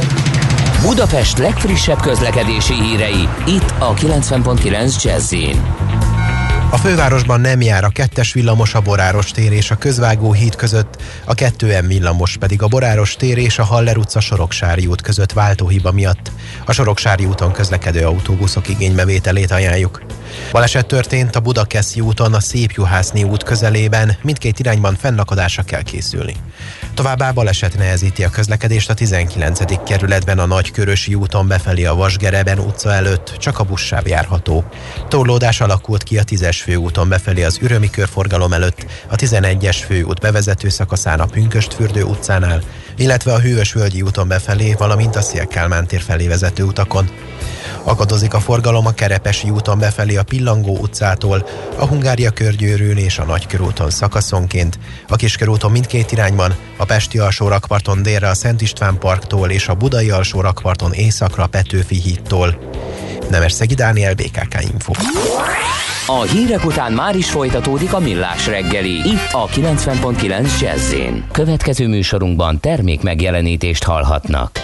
Budapest legfrissebb közlekedési hírei, itt a kilencven pont kilenc Jazzin. A fővárosban nem jár a kettes villamos a Boráros tér és a Közvágó híd között, a kettő M villamos pedig a Boráros tér és a Haller utca Soroksári út között váltóhiba miatt. A Soroksári úton közlekedő autóbuszok igénybevételét ajánljuk. Baleset történt a Budakeszi úton a Szépjuhászni út közelében, mindkét irányban fennakadásra kell készülni. Továbbá baleset nehezíti a közlekedést a tizenkilencedik kerületben a Nagykörösi úton befelé a Vasgereben utca előtt, csak a buszsáv járható. Torlódás alakult ki a tízes főúton befelé az Ürömi körforgalom előtt, a tizenegyes főút bevezető szakaszán a Pünkösdfürdő utcánál, illetve a Hűvösvölgyi úton befelé, valamint a Széll-Kálmán tér felé vezető utakon. Akadozik a forgalom a Kerepesi úton befelé a Pillangó utcától, a Hungária körgyűrűn és a Nagykörúton szakaszonként, a Kiskörúton mindkét irányban, a Pesti alsórakparton délre a Szent István parktól és a Budai alsórakparton északra Petőfi hídtól. Nemesszegi Dániel, bé ká ká Info. A hírek után már is folytatódik a Millás reggeli, itt a kilencven pont kilenc Jazz-én. Következő műsorunkban termék megjelenítést hallhatnak.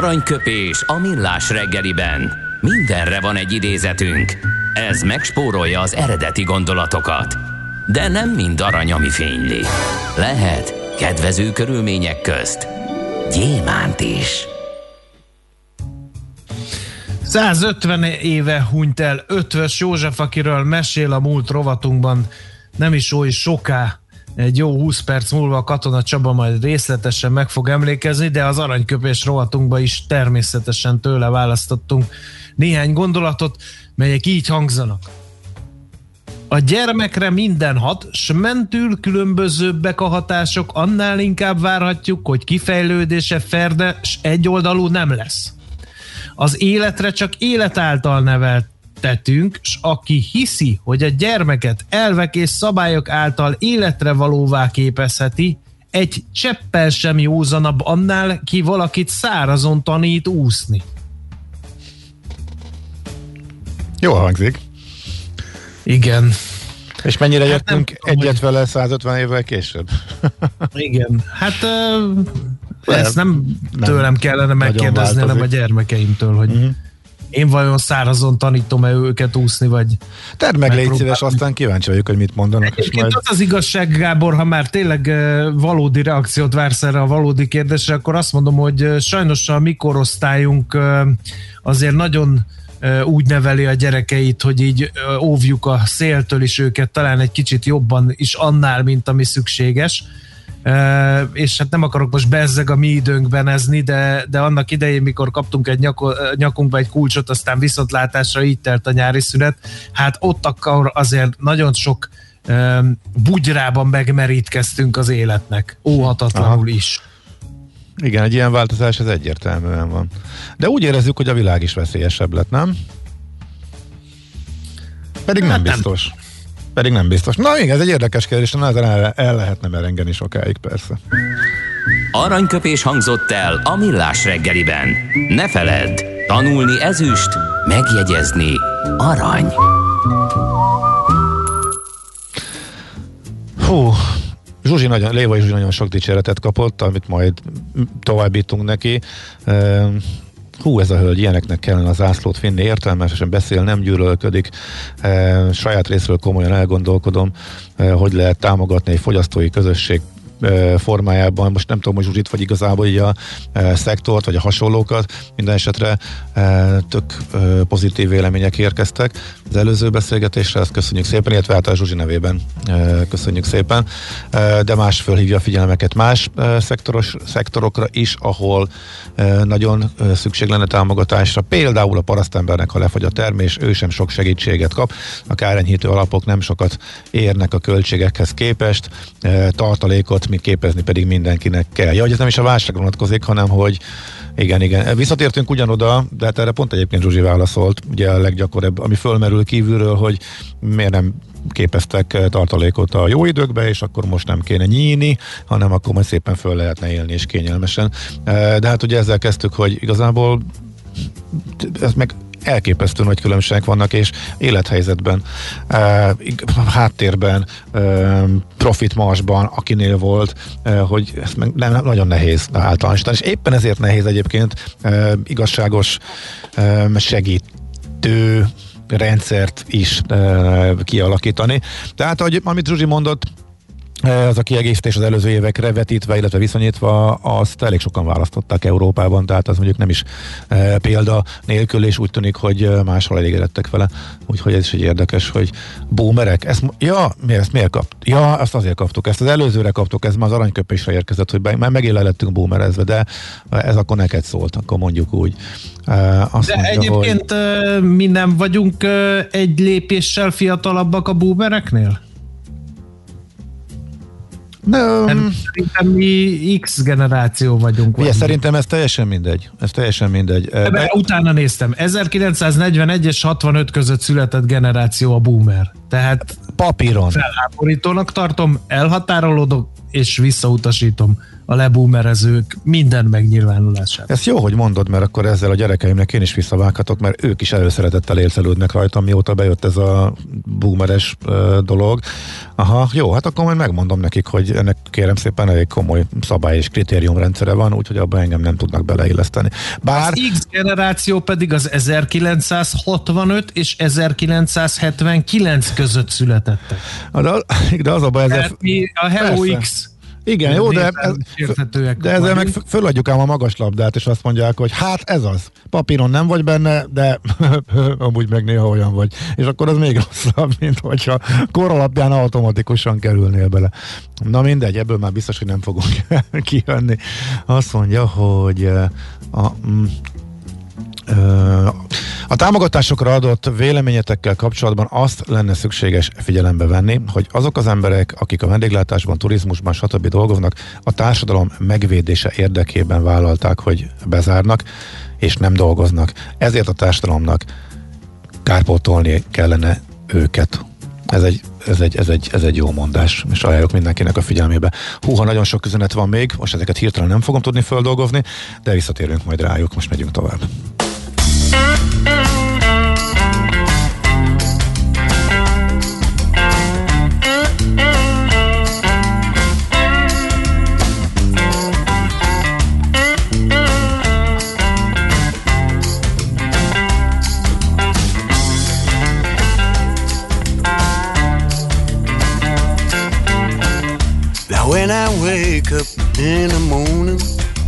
Aranyköpés a millás reggeliben. Mindenre van egy idézetünk. Ez megspórolja az eredeti gondolatokat. De nem mind arany, ami fényli. Lehet kedvező körülmények közt gyémánt is. százötven éve hunyt el Ötvös József, akiről mesél a múlt rovatunkban nem is oly soká. Egy jó húsz perc múlva Katona Csaba majd részletesen meg fog emlékezni, de az aranyköpés rovatunkban is természetesen tőle választottunk néhány gondolatot, melyek így hangzanak. A gyermekre minden hat, s mentül különbözőbbek a hatások, annál inkább várhatjuk, hogy kifejlődése ferde, s egyoldalú nem lesz. Az életre csak élet által neveltetünk, s aki hiszi, hogy a gyermeket elvek és szabályok által életre valóvá képezheti, egy cseppel sem józanabb annál, ki valakit szárazon tanít úszni. Jó hangzik. Igen. És mennyire hát jöttünk nem, egyet hogy... vele százötven évvel később? Igen. Hát uh, ezt nem, nem tőlem kellene megkérdezni, hanem a gyermekeimtől, hogy uh-huh. én vajon szárazon tanítom-e őket úszni, vagy... Tedd meg, légy szíves, aztán kíváncsi vagyok, hogy mit mondanak. Egyébként majd... az az igazság, Gábor, ha már tényleg uh, valódi reakciót vársz erre a valódi kérdésre, akkor azt mondom, hogy uh, sajnos a mi korosztályunk uh, azért nagyon úgy neveli a gyerekeit, hogy így óvjuk a széltől is őket, talán egy kicsit jobban is annál, mint ami szükséges. És hát nem akarok most bezzeg a mi időnkben ezni, de, de annak idején, mikor kaptunk egy nyako, nyakunkba egy kulcsot, aztán viszontlátásra így telt a nyári szünet, hát ott akkor azért nagyon sok bugyrában megmerítkeztünk az életnek, óhatatlanul Aha. is. Igen, egy ilyen változás ez egyértelműen van. De úgy érezzük, hogy a világ is veszélyesebb lett, nem? Pedig nem hát biztos. Nem. Pedig nem biztos. Na igen, ez egy érdekes kérdés, de el, el lehetne merengeni sokáig, persze. Aranyköpés hangzott el a millás reggeliben. Ne feledd, tanulni ezüst, megjegyezni arany. Hú... Zsuzsi nagyon, Lévai Zsuzsi nagyon sok dicséretet kapott, amit majd továbbítunk neki. Hú, ez a hölgy, ilyeneknek kellene a zászlót vinni, értelmesen beszél, nem gyűlölködik. Saját részről komolyan elgondolkodom, hogy lehet támogatni egy fogyasztói közösség formájában. Most nem tudom, hogy Zsuzsit vagy igazából így a e, szektort, vagy a hasonlókat. Minden esetre e, tök e, pozitív vélemények érkeztek az előző beszélgetésre, ezt köszönjük szépen, illetve hát a Zsuzsi nevében e, köszönjük szépen, e, de más fölhívja a figyelmeket más e, szektoros, szektorokra is, ahol e, nagyon e, szükség lenne támogatásra. Például a parasztembernek, ha lefagy a termés, ő sem sok segítséget kap. A kárenyhítő alapok nem sokat érnek a költségekhez képest, e, tartalékot mit képezni pedig mindenkinek kell. Ja, hogy ez nem is a válságra vonatkozik, hanem hogy igen, igen. Visszatértünk ugyanoda, de hát erre pont egyébként Zsuzsi válaszolt, ugye a leggyakoribb, ami fölmerül kívülről, hogy miért nem képeztek tartalékot a jó időkbe, és akkor most nem kéne nyíni, hanem akkor majd szépen föl lehetne élni és kényelmesen. De hát ugye ezzel kezdtük, hogy igazából ez meg elképesztő nagy különbségek vannak, és élethelyzetben, uh, háttérben, uh, profit marsban, akinél volt, uh, hogy ez meg nem, nagyon nehéz általánosítani, és éppen ezért nehéz egyébként uh, igazságos uh, segítő rendszert is uh, kialakítani. Tehát, ahogy, amit Zsuzsi mondott, az a kiegészítés az előző évekre vetítve, illetve viszonyítva, azt elég sokan választották Európában, tehát az mondjuk nem is e, példa nélkül, és úgy tűnik, hogy máshol elégedettek vele. Úgyhogy ez is egy érdekes, hogy boomerek, ezt, ja, mi ezt miért kapt? Ja, azt azért kaptuk, ezt az előzőre kaptuk, ez már az aranyköpésre érkezett, hogy már megint le lettünk boomerezve, de ez akkor neked szólt, akkor mondjuk úgy. E, azt de mondja, egyébként hogy... mi nem vagyunk egy lépéssel fiatalabbak a boomereknél? Nem. Szerintem mi X generáció vagyunk. Ugye, szerintem ez teljesen mindegy. Ez teljesen mindegy. De utána néztem. ezerkilencszáznegyvenegy és hatvanöt között született generáció a boomer. Tehát papíron felháborítónak tartom, elhatárolódok, és visszautasítom a leboomerezők minden megnyilvánulását. Ez jó, hogy mondod, mert akkor ezzel a gyerekeimnek én is visszavághatok, mert ők is előszeretettel élcelődnek rajtam, mióta bejött ez a boomeres uh, dolog. Aha, jó, hát akkor majd megmondom nekik, hogy ennek kérem szépen elég komoly szabály és kritériumrendszere van, úgyhogy abban engem nem tudnak beleilleszteni. Bár... Az X generáció pedig az ezerkilencszázhatvanöt és ezerkilencszázhetvenkilenc között születettek. De, de az a baj, ez a Hello X. Igen, jó, de, ez, de ezzel meg föladjuk ám a magas labdát, és azt mondják, hogy hát ez az. Papíron nem vagy benne, de amúgy meg néha olyan vagy. És akkor az még rosszabb, mint hogyha kor alapján automatikusan kerülnél bele. Na mindegy, ebből már biztos, hogy nem fogunk kijönni. Azt mondja, hogy a, a, a támogatásokra adott véleményetekkel kapcsolatban azt lenne szükséges figyelembe venni, hogy azok az emberek, akik a vendéglátásban, turizmusban, stb. Dolgoznak, a társadalom megvédése érdekében vállalták, hogy bezárnak, és nem dolgoznak. Ezért a társadalomnak kárpótolni kellene őket. Ez egy, ez egy, ez egy, ez egy jó mondás, és ajánlok mindenkinek a figyelmébe. Húha, nagyon sok üzenet van még, most ezeket hirtelen nem fogom tudni földolgozni, de visszatérünk majd rájuk, most megyünk tovább. Now when I wake up in the morning,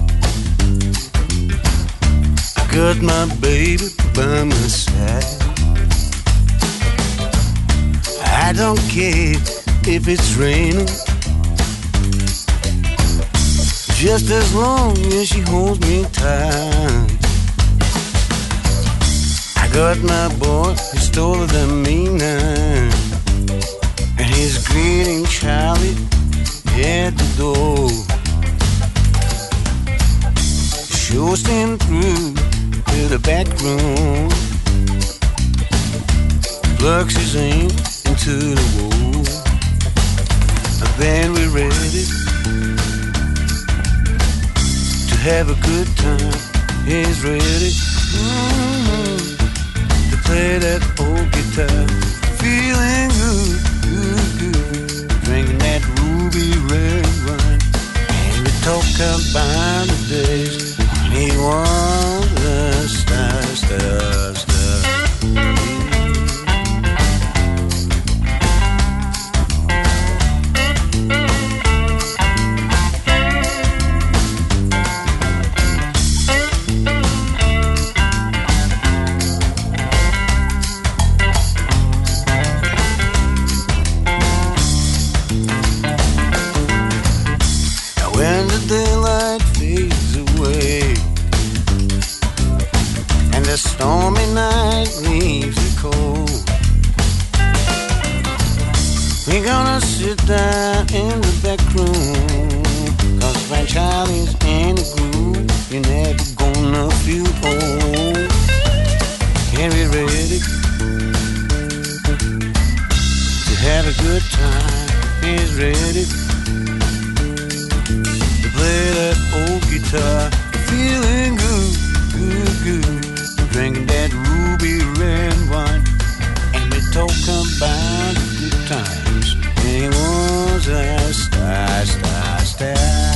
got my baby by my side. I don't care if it's raining, just as long as she holds me tight. I got my boy, he's taller than me now, and he's greeting Charlie at the door. Shows him through to the back room, plugs his aim into the wall, and then we're ready to have a good time. He's ready mm-hmm, to play that old guitar, feeling good, good, good, drinking that ruby red wine, and we talk about the days he was a star, star, star. Now when the daylight fades away and the stormy night leaves you cold, we're gonna sit down in the back room, 'cause when Charlie's in the groove, you're never gonna feel old. Can we ready to have a good time? He's ready to play that old guitar, feeling good, good, good, drinking that ruby red wine, and we talk about the good times. And he was a star, star, star.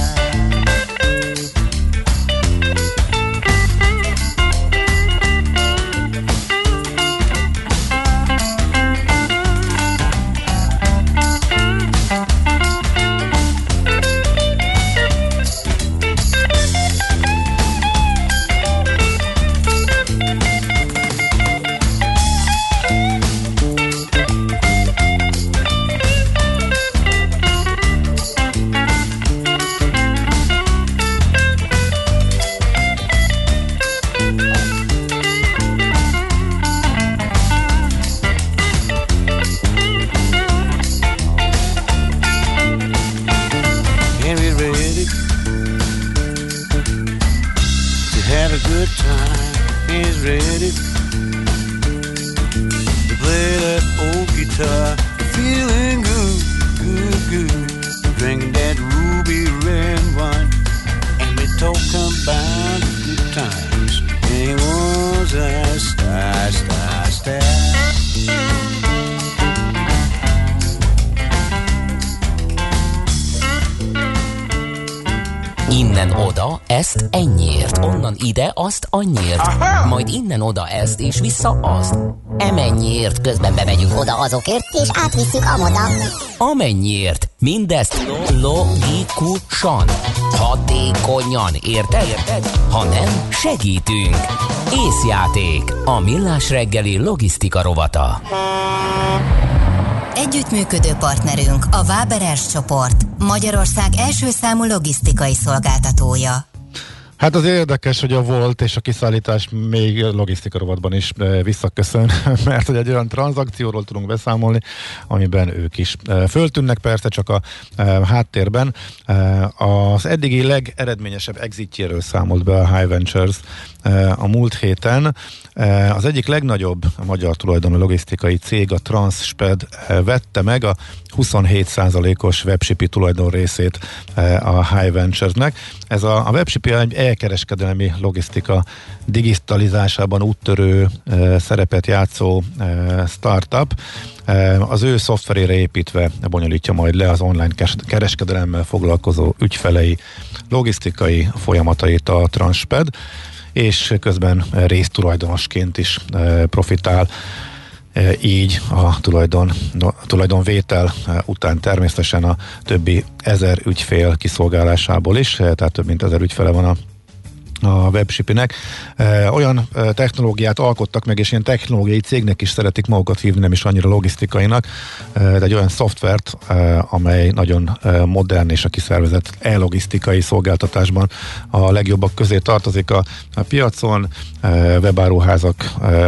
guitar, feeling good, good, good. Drink that ruby red wine, and we talk about the good times. It was a star, star, star. Innen oda, ezt ennyiért, onnan ide, azt annyiért, aha! Majd innen oda ezt, és vissza azt. Emennyiért, közben bemegyünk oda azokért, és átvisszük amoda. Amennyiért, mindezt logikusan, hatékonyan, érted? Érted? Ha nem, segítünk. Észjáték, a Millás reggeli logisztika rovata. Együttműködő partnerünk a Waberers csoport, Magyarország első számú logisztikai szolgáltatója. Hát az érdekes, hogy a Volt és a kiszállítás még logisztika rovatban is visszaköszön, mert hogy egy olyan tranzakcióról tudunk beszámolni, amiben ők is föltűnnek, persze csak a háttérben. Az eddigi legeredményesebb exitjéről számolt be a High Ventures a múlt héten. Az egyik legnagyobb magyar tulajdonú logisztikai cég, a Transsped vette meg a huszonhét százalékos webshipi tulajdon részét a High Venturesnek. Ez a, a webshipi egy elkereskedelmi logisztika digitalizásában úttörő e, szerepet játszó e, startup. E, az ő szoftverére építve bonyolítja majd le az online kereskedelemmel foglalkozó ügyfelei logisztikai folyamatait a Transsped, és közben résztulajdonosként is e, profitál. Így a tulajdon, a tulajdonvétel után természetesen a többi ezer ügyfél kiszolgálásából is, tehát több mint ezer ügyfele van a a webshipinek. Olyan technológiát alkottak meg, és ilyen technológiai cégnek is szeretik magukat hívni, nem is annyira logisztikainak, de egy olyan szoftvert, amely nagyon modern és a kiszervezett e-logisztikai szolgáltatásban a legjobbak közé tartozik a, a piacon. Webáruházak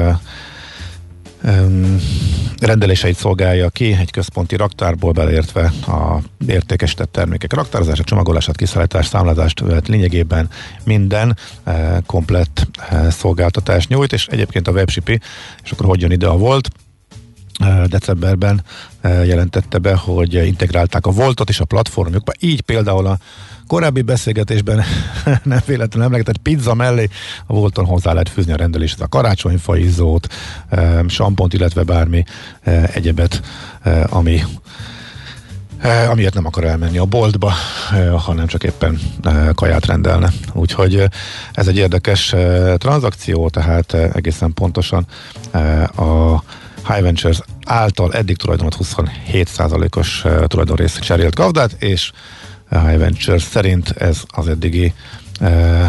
rendeléseit szolgálja ki egy központi raktárból, beleértve a értékesített termékek raktározását, csomagolását, kiszállítást, számlázást, lényegében minden komplett szolgáltatást nyújt, és egyébként a webshipi, és akkor hogy jön ide a Volt? Decemberben jelentette be, hogy integrálták a Voltot is a platformjukba, így például a korábbi beszélgetésben nem véletlenül emlegetett pizza mellé a Volton hozzá lehet fűzni a rendelést, a karácsonyfaizzót, sampont, illetve bármi egyebet, ami amiért nem akar elmenni a boltba, hanem csak éppen kaját rendelne. Úgyhogy ez egy érdekes tranzakció, tehát egészen pontosan a High Ventures által eddig tulajdonot huszonhét százalékos tulajdonrész cserélt gazdát, és a High Ventures szerint ez az eddigi eh,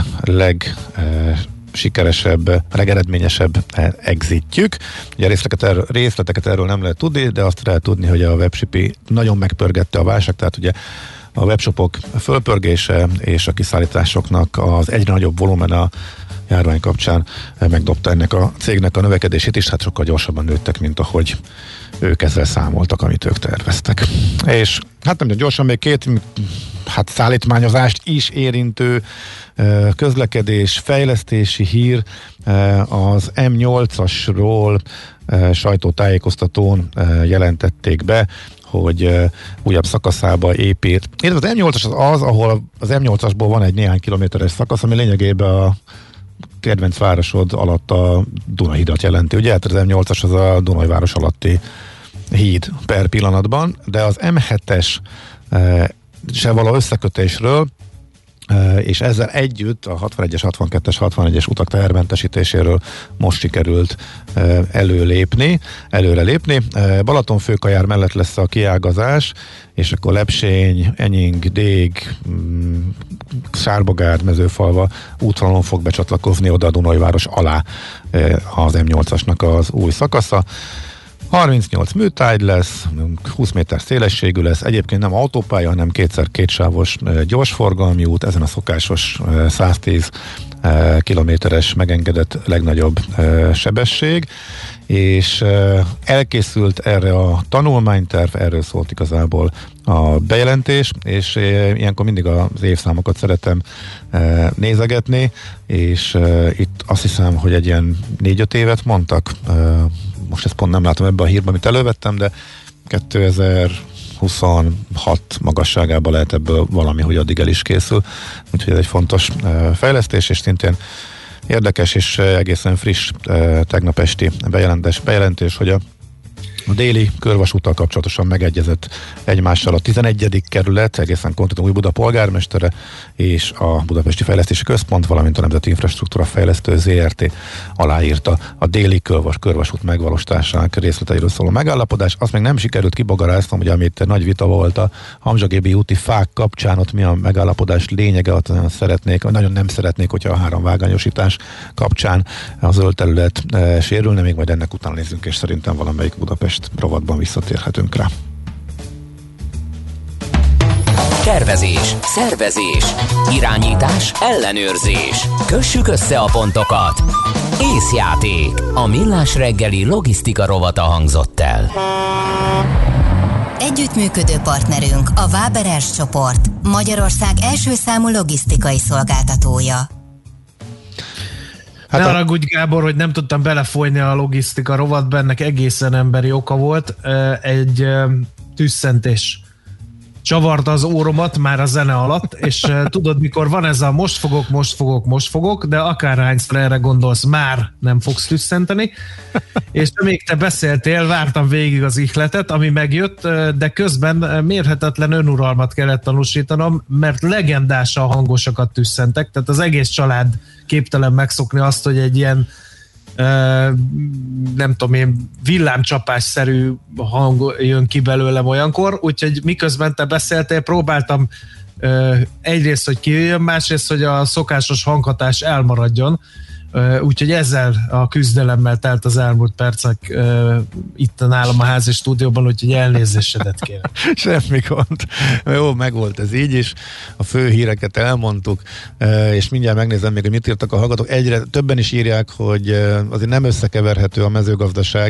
legsikeresebb, eh, legeredményesebb eh, exitjük. Ugye részleteket, erről, részleteket erről nem lehet tudni, de azt lehet tudni, hogy a webshipi nagyon megpörgette a válság, tehát ugye a webshopok fölpörgése és a kiszállításoknak az egyre nagyobb volumen a járvány kapcsán megdobta ennek a cégnek a növekedését is, hát sokkal gyorsabban nőttek, mint ahogy ők ezzel számoltak, amit ők terveztek. És hát nem gyorsan még két hát szállítmányozást is érintő közlekedés, fejlesztési hír az em nyolcasról sajtótájékoztatón jelentették be, hogy újabb szakaszába épít. Illetve az em nyolcas az az, ahol az em nyolcasból van egy néhány kilométeres szakasz, ami lényegében a kedvenc városod alatt a Dunahidat jelenti. Ugye hát az em nyolcas az a Dunajváros alatti híd per pillanatban, de az em hetes e, se való összekötésről e, és ezzel együtt a hatvanegyes, hatvankettes, hatvanegyes utak tehermentesítéséről most sikerült e, előlépni, előre lépni. E, Balatonfőkajár mellett lesz a kiágazás, és akkor Lepsény, Enying, Dég, mm, Sárbogárd, Mezőfalva útvonalon fog becsatlakozni oda a Dunajváros alá e, az em nyolcasnak az új szakasza. harmincnyolc műtárgy lesz, húsz méter szélességű lesz, egyébként nem autópálya, hanem kétszer kétsávos gyorsforgalmi út, ezen a szokásos száztíz kilométeres megengedett legnagyobb sebesség, és elkészült erre a tanulmányterv, erről szólt igazából a bejelentés, és ilyenkor mindig az évszámokat szeretem nézegetni, és itt azt hiszem, hogy egy ilyen négy-öt évet mondtak, most ezt pont nem látom ebben a hírben, amit elővettem, de kétezer-huszonhat magasságában lehet ebből valami, hogy addig el is készül. Úgyhogy ez egy fontos fejlesztés, és szintén érdekes és egészen friss tegnap esti bejelentés, bejelentés, hogy a A déli körvasúttal kapcsolatosan megegyezett egymással a tizenegyedik kerület, egészen konkrétan Újbuda polgármestere és a Budapesti Fejlesztési Központ, valamint a Nemzeti Infrastruktúra Fejlesztő zé er té aláírta a déli körvas, körvasút megvalósításának részleteiről szóló megállapodás. Azt még nem sikerült kibogaráznom, hogy amit nagy vita volt a Hamzsa-Gébi úti fák kapcsán, ott mi a megállapodás lényege, ott nagyon szeretnék, nagyon nem szeretnék, hogyha a három vágányosítás kapcsán a zöld terület e, sérülne, még majd ennek után nézzünk, és szerintem valamelyik Budapest rovatban visszatérhetünk rá. Tervezés, szervezés, irányítás, ellenőrzés. Kössük össze a pontokat. Észjáték. A Millás reggeli logisztika rovata hangzott el. Együttműködő partnerünk a Váberes csoport, Magyarország első számú logisztikai szolgáltatója. Hát ne haragudj, Gábor, hogy nem tudtam belefolyni a logisztika rovatba, ennek egészen emberi oka volt. Egy tüsszentés csavarta az óromat már a zene alatt, és tudod, mikor van ez a most fogok, most fogok, most fogok, de akárhányszor erre gondolsz, már nem fogsz tüsszenteni. És amíg te beszéltél, vártam végig az ihletet, ami megjött, de közben mérhetetlen önuralmat kellett tanúsítanom, mert legendásan hangosakat tüsszentek, tehát az egész család képtelen megszokni azt, hogy egy ilyen Uh, nem tudom én, villámcsapásszerű hang jön ki belőlem olyankor, úgyhogy miközben te beszéltél, próbáltam uh, egyrészt, hogy kijöjjön, másrészt, hogy a szokásos hanghatás elmaradjon, uh, úgyhogy ezzel a küzdelemmel telt az elmúlt percek uh, itt nálam a házi stúdióban, úgyhogy elnézésedet kérem. Semmi gond. Jó, megvolt ez így is. A fő híreket elmondtuk, és mindjárt megnézem még, hogy mit írtak a hallgatók. Egyre többen is írják, hogy azért nem összekeverhető a mezőgazdaság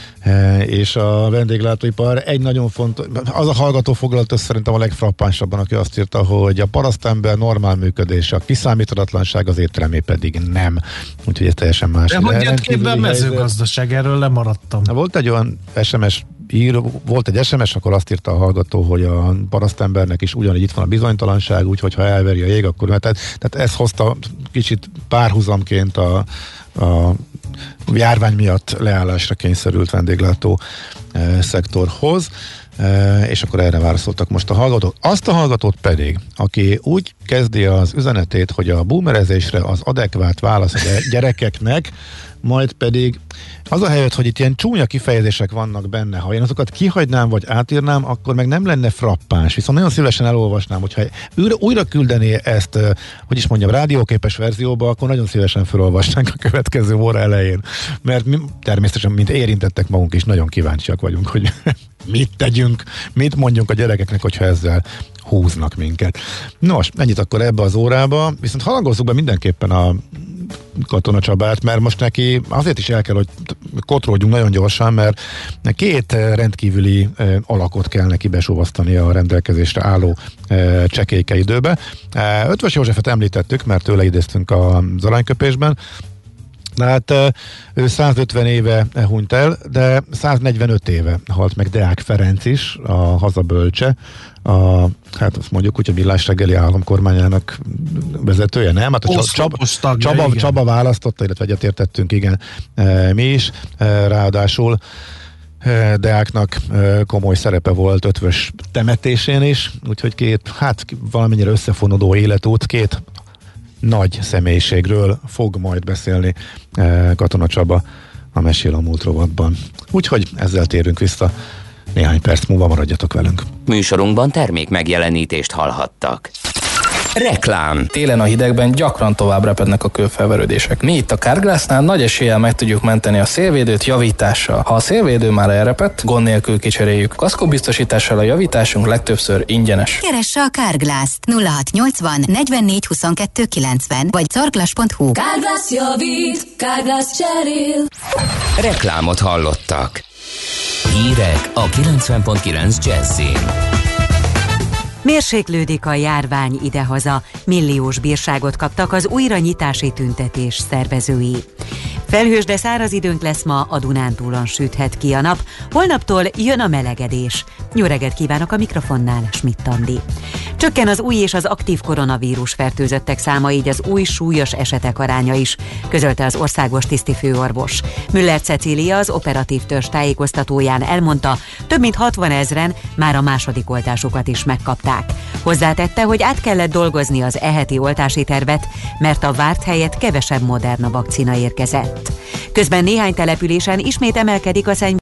és a vendéglátóipar. Egy nagyon fontos, az a hallgató foglalt össze szerintem a legfrappánsabban, aki azt írta, hogy a parasztember normál működése, a kiszámíthatatlanság, az étteremé pedig nem. Úgyhogy ez teljesen más. De hogy jött képbe a mezőgazdaság, erről lemaradtam. Volt egy olyan es em es ír, volt egy es em es, akkor azt írta a hallgató, hogy a parasztembernek is ugyanígy itt van a bizonytalanság, úgyhogy ha elveri a jég, akkor mert tehát, tehát ez hozta kicsit párhuzamként a, a járvány miatt leállásra kényszerült vendéglátó e, szektorhoz, e, és akkor erre válaszoltak most a hallgatók. Azt a hallgatót pedig, aki úgy kezdi az üzenetét, hogy a boomerezésre az adekvát válasz a gyerekeknek, majd pedig az a helyet, hogy itt ilyen csúnya kifejezések vannak benne, ha én azokat kihagynám vagy átírnám, akkor meg nem lenne frappáns, viszont nagyon szívesen elolvasnám, hogyha újra, újra küldené ezt, hogy is mondjam, rádióképes verzióba, akkor nagyon szívesen felolvasnánk a következő óra elején, mert mi, természetesen, mint érintettek magunk is, nagyon kíváncsiak vagyunk, hogy mit tegyünk, mit mondjunk a gyerekeknek, hogyha ezzel húznak minket. Nos, ennyit akkor ebbe az órába, viszont halangozzuk be mindenképpen a Katona Csabát, mert most neki azért is el kell, hogy kotródjunk nagyon gyorsan, mert két rendkívüli alakot kell neki besúvasztani a rendelkezésre álló csekélyke időbe. Ötvös Józsefet említettük, mert tőle idéztünk az aranyköpésben. De hát ő százötven éve hunyt el, de száznegyvenöt éve halt meg Deák Ferenc is, a hazabölcse, a, hát azt mondjuk úgy, hogy Millás reggeli államkormányának vezetője, nem? Hát a Csaba, Csaba, Csaba, Csaba választotta, illetve egyetértettünk, igen, mi is, ráadásul Deáknak komoly szerepe volt Ötvös temetésén is, úgyhogy két, hát valamennyire összefonódó életút, két nagy személyiségről fog majd beszélni Katona Csaba a Mesél a múlt rovatban. Úgyhogy ezzel térünk vissza néhány perc múlva, maradjatok velünk. Műsorunkban termék megjelenítést hallhattak. Reklám. Télen a hidegben gyakran tovább repednek a kőfelverődések. Mi itt a Carglassnál nagy eséllyel meg tudjuk menteni a szélvédőt javítással. Ha a szélvédő már elrepett, gond nélkül kicseréljük. Kaszkóbiztosítással a javításunk legtöbbször ingyenes. Keresse a Carglass nulla hat nyolcvan negyvennégy huszonkettő kilencven vagy carglass pont hu. Carglass javít, Carglass cserél. Reklámot hallottak. Hírek a kilencven pont kilenc Jazzin. Mérséklődik a járvány idehaza, milliós bírságot kaptak az újranyitási tüntetés szervezői. Felhős, de száraz időnk lesz ma, a Dunántúlon süthet ki a nap. Holnaptól jön a melegedés. Jó reggelt kívánok, a mikrofonnál Schmidt Andi. Csökken az új és az aktív koronavírus fertőzöttek száma, így az új súlyos esetek aránya is, közölte az országos tisztifőorvos. Müller Cecília az operatív törzs tájékoztatóján elmondta, több mint hatvan ezren már a második oltásukat is megkapták. Hozzátette, hogy át kellett dolgozni az eheti oltási tervet, mert a várt helyett kevesebb Moderna vakcina érkezett. Közben néhány településen ismét emelkedik a szennyvíz